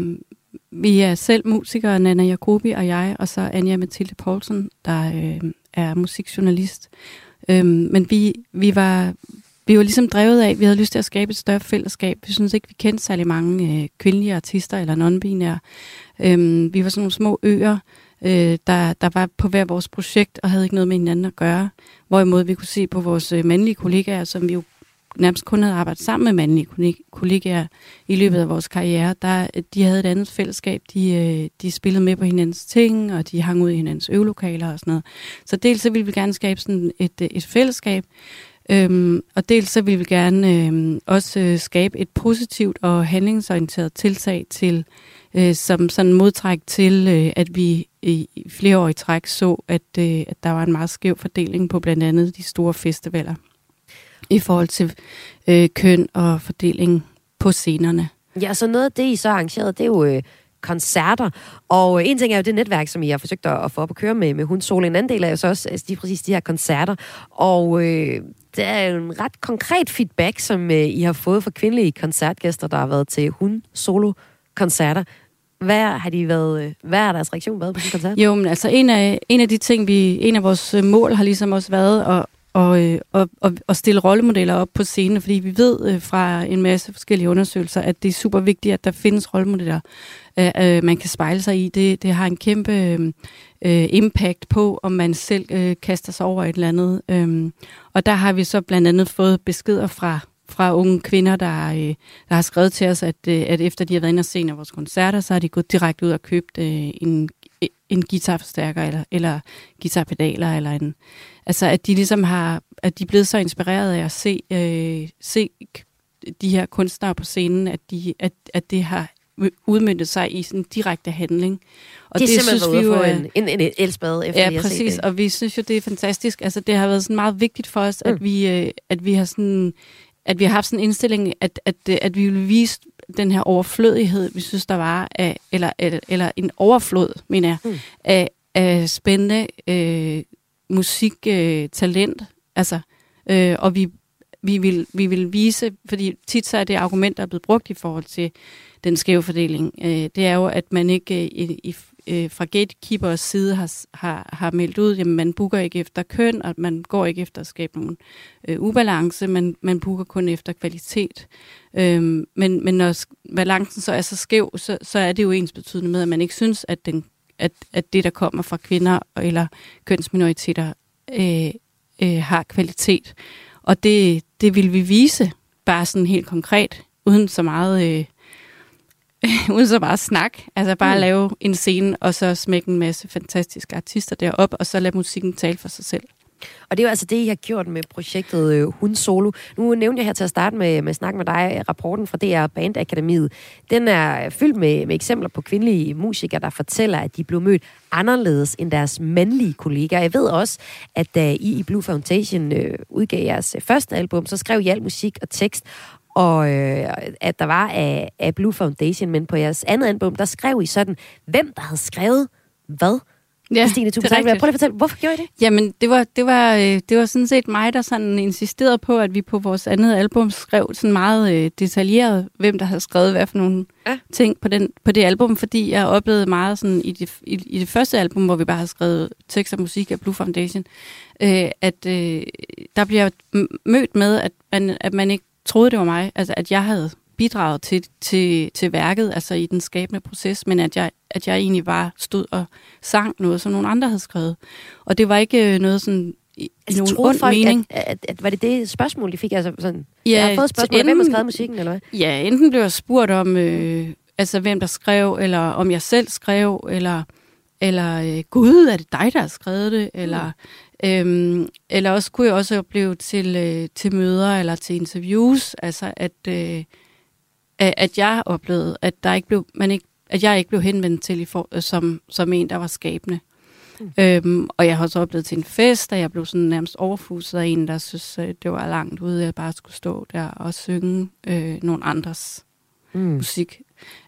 er selv musikere, Nana Jacobi og jeg, og så Anja Mathilde Poulsen, der er musikjournalist. Men vi var ligesom drevet af, vi havde lyst til at skabe et større fællesskab. Vi synes ikke, vi kendte særlig mange kvindelige artister eller non-binære. Vi var sådan nogle små øer, der var på hver vores projekt og havde ikke noget med hinanden at gøre. Hvorimod vi kunne se på vores mandlige kollegaer, som vi jo nærmest kun havde arbejdet sammen med mandlige kollegaer i løbet af vores karriere. De havde et andet fællesskab. De spillede med på hinandens ting, og de hang ud i hinandens øvelokaler og sådan noget. Så dels så ville vi gerne skabe sådan et fællesskab, og dels så ville vi gerne også skabe et positivt og handlingsorienteret tiltag til, som sådan modtræk til, at vi i flere år i træk så, at der var en meget skæv fordeling på blandt andet de store festivaler i forhold til køn og fordeling på scenerne. Ja, så noget af det, I så arrangerede, det er jo koncerter. Og en ting er jo det netværk, som I har forsøgt at få op at køre med Hun Solo. En anden del er jo så også altså, præcis de her koncerter. Og det er jo en ret konkret feedback, som I har fået fra kvindelige koncertgæster, der har været til Hun Solo-koncerter. Hvad er deres reaktion været på sådan en koncert? Jo, men altså en af de ting, en af vores mål har ligesom også været at stille rollemodeller op på scenen, fordi vi ved fra en masse forskellige undersøgelser, at det er super vigtigt, at der findes rollemodeller, man kan spejle sig i. Det har en kæmpe impact på, om man selv kaster sig over et eller andet. Og der har vi så blandt andet fået beskeder fra unge kvinder, der har skrevet til os, at efter de har været inde og se en af vores koncerter, så har de gået direkte ud og købt en guitarforstærker eller guitarpedaler eller en. Altså at de ligesom at de er blevet så inspireret af at se de her kunstnere på scenen, at det har udmøntet sig i sådan en direkte handling. Og det synes vi jo en elspade efter. Ja, præcis. Og vi synes jo det er fantastisk. Altså det har været sådan meget vigtigt for os, at vi har sådan at vi har haft sådan en indstilling, at vi vil vise den her overflødighed, vi synes, der var af, eller en overflod, mener jeg, af spændende musiktalent. Altså, og vi vil vise, fordi tit så er det argument, der er blevet brugt i forhold til den skæve fordeling, det er jo, at man ikke fra gatekeepers side har meldt ud, at man booker ikke efter køn, og man går ikke efter at skabe nogen ubalance, man booker kun efter kvalitet. Men når balancen så er så skæv, så er det jo ensbetydende med, at man ikke synes, at det, der kommer fra kvinder eller kønsminoriteter, har kvalitet. Og det vil vi vise, bare sådan helt konkret, uden så meget snak. Altså bare lave en scene, og så smække en masse fantastiske artister derop, og så lade musikken tale for sig selv. Og det er jo altså det, I har gjort med projektet Hun Solo. Nu nævnte jeg her til at starte med snak med dig, rapporten fra DR Bandakademiet. Den er fyldt med eksempler på kvindelige musikere, der fortæller, at de blev mødt anderledes end deres mandlige kollegaer. Jeg ved også, at da I Blue Foundation udgav jeres første album, så skrev I al musik og tekst. og at der var af Blue Foundation, men på jeres andet album, der skrev I sådan, hvem der havde skrevet hvad? Ja, Stine Thube Teglbjerg, prøv lige at fortælle, hvorfor gjorde I det? Jamen, det var sådan set mig, der sådan insisterede på, at vi på vores andet album skrev sådan meget detaljeret, hvem der havde skrevet hvad for nogle ting på det album, fordi jeg oplevede meget sådan i det første album, hvor vi bare havde skrevet tekst og musik af Blue Foundation, at der bliver mødt med, at man ikke troede, det var mig, altså at jeg havde bidraget til værket, altså i den skabende proces, men at jeg egentlig bare stod og sang noget, som nogle andre havde skrevet. Og det var ikke noget sådan nogen ond mening. At var det spørgsmål, de fik? Altså sådan, ja, jeg har fået spørgsmål, hvem har skrevet musikken, eller hvad? Ja, enten blev jeg spurgt om, altså hvem der skrev, eller om jeg selv skrev, eller gud, er det dig, der har skrevet det, eller også kunne jeg også opleve til møder, eller til interviews, altså at jeg oplevede, at at jeg ikke blev henvendt til som en, der var skabende. Og jeg har også oplevet til en fest, at jeg blev sådan nærmest overfuset af en, der synes, det var langt ude, at jeg bare skulle stå der og synge nogle andres musik.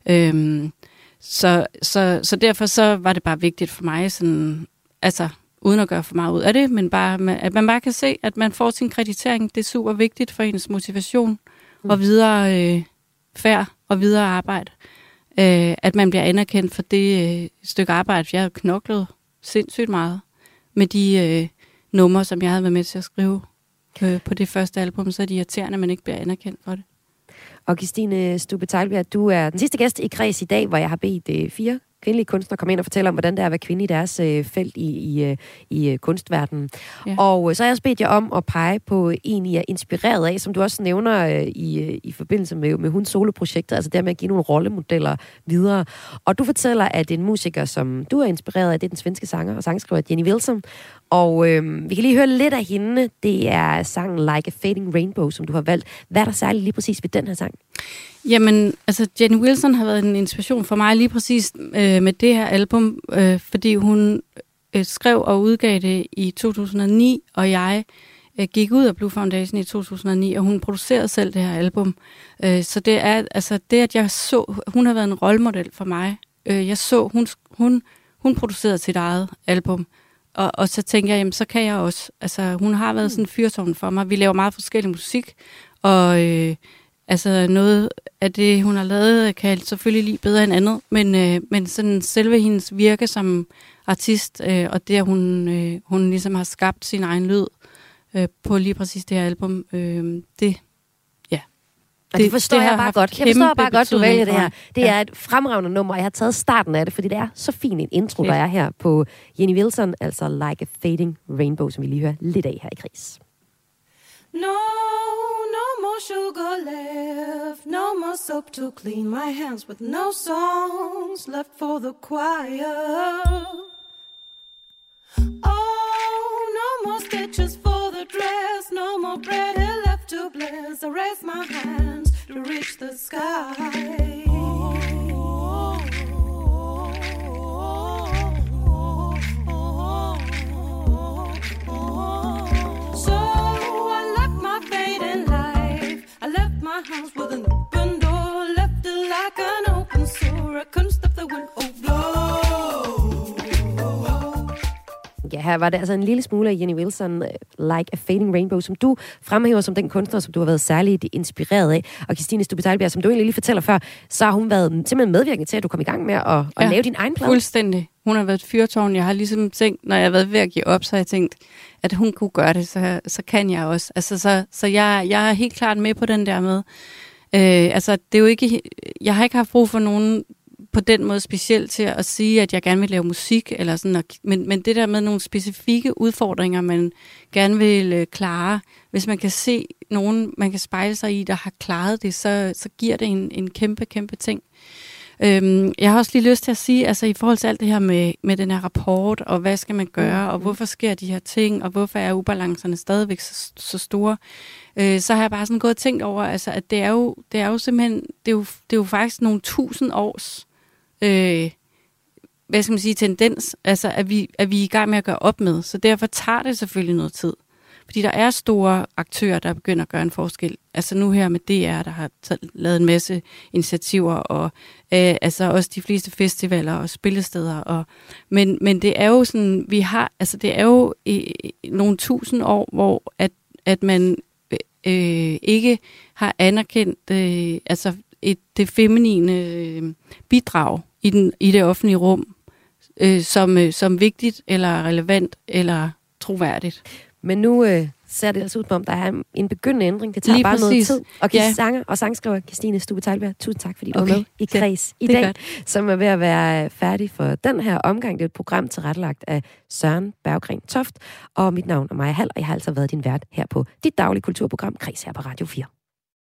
Så derfor så var det bare vigtigt for mig, sådan, altså uden at gøre for meget ud af det, men bare, at man bare kan se, at man får sin kreditering. Det er super vigtigt for ens motivation og videre færd og videre arbejde. At man bliver anerkendt for det stykke arbejde, jeg havde knoklet sindssygt meget med de numre, som jeg havde været med til at skrive på det første album, så er det irriterende, at man ikke bliver anerkendt for det. Og Stine Thube Teglbjerg, du er den sidste gæst i Kreds i dag, hvor jeg har bedt 4 kvindelige kunstnere komme ind og fortælle om, hvordan det er at være kvinde i deres felt i kunstverdenen. Ja. Og så har jeg også bedt jer om at pege på en, I er inspireret af, som du også nævner i forbindelse med Hun Solo-projektet, altså det med at give nogle rollemodeller videre. Og du fortæller, at en musiker, som du er inspireret af, det er den svenske sanger og sangskriver Jenny Wilson. Og vi kan lige høre lidt af hende. Det er sangen Like a Fading Rainbow, som du har valgt. Hvad er der særligt lige præcis ved den her sang? Jamen, altså Jenny Wilson har været en inspiration for mig lige præcis med det her album, fordi hun skrev og udgav det i 2009, og jeg gik ud af Blue Foundation i 2009, og hun producerede selv det her album. Så det er altså det, at jeg så, hun har været en rollemodel for mig. Jeg så, hun producerede sit eget album, og så tænkte jeg, jamen så kan jeg også. Altså hun har været sådan en fyrtårn for mig. Vi laver meget forskellig musik, og altså noget af det, hun har lavet, kan jeg selvfølgelig lide bedre end andet, men sådan selve hendes virke som artist, og det, at hun ligesom har skabt sin egen lyd på lige præcis det her album, og det forstår jeg bare godt. Jeg forstår bare godt, du vælger det her. Det er et fremragende nummer, og jeg har taget starten af det, fordi det er så fin en intro, der er her på Jenny Wilson, altså Like a Fading Rainbow, som vi lige hører lidt af her i Kreds. No more sugar left, no more soap to clean my hands, with no songs left for the choir. Oh, no more stitches for the dress, no more bread left to bless. I raise my hands to reach the sky. House with an open door, left it like an open sore. I couldn't stop the wind, oh blow. Ja, her var det altså en lille smule af Jenny Wilson, Like a Fading Rainbow, som du fremhæver som den kunstner, som du har været særligt inspireret af. Og Stine Thube Teglbjerg, som du egentlig lige fortæller før, så har hun været simpelthen medvirkende til, at du kom i gang med at lave din egen plade. Fuldstændig. Hun har været et fyrtårn. Jeg har ligesom tænkt, når jeg har været ved at give op, så har jeg tænkt, at hun kunne gøre det, så kan jeg også. Altså, så jeg er helt klart med på den der med. Altså, det er jo ikke, jeg har ikke haft brug for nogen på den måde specielt til at sige, at jeg gerne vil lave musik, eller sådan, men det der med nogle specifikke udfordringer, man gerne vil klare, hvis man kan se nogen, man kan spejle sig i, der har klaret det, så giver det en kæmpe, kæmpe ting. Jeg har også lige lyst til at sige, altså i forhold til alt det her med den her rapport, og hvad skal man gøre, og hvorfor sker de her ting, og hvorfor er ubalancerne stadigvæk så store, så har jeg bare sådan gået og tænkt over, altså, at det er jo simpelthen, det er jo faktisk nogle 1000 års, hvad skal man sige, tendens, altså at vi er i gang med at gøre op med, så derfor tager det selvfølgelig noget tid. Fordi der er store aktører, der begynder at gøre en forskel. Altså nu her med DR, der har lavet en masse initiativer, og altså også de fleste festivaler og spillesteder. Men det er jo sådan, det er jo nogle 1000 år, hvor at man ikke har anerkendt det feminine bidrag i det offentlige rum som vigtigt eller relevant eller troværdigt. Men nu ser det altså ud, som om der er en begyndende ændring. Det tager lige bare præcis noget tid. Og sanger og sangskriver Christine Stubbe Teglberg, tusind tak, fordi du var med i Kreds i dag, som er ved at være færdig for den her omgang. Det er et program tilrettelagt af Søren Berggren Toft, og mit navn er Maja Hall, og jeg har altså været din vært her på dit daglige kulturprogram Kreds her på Radio 4.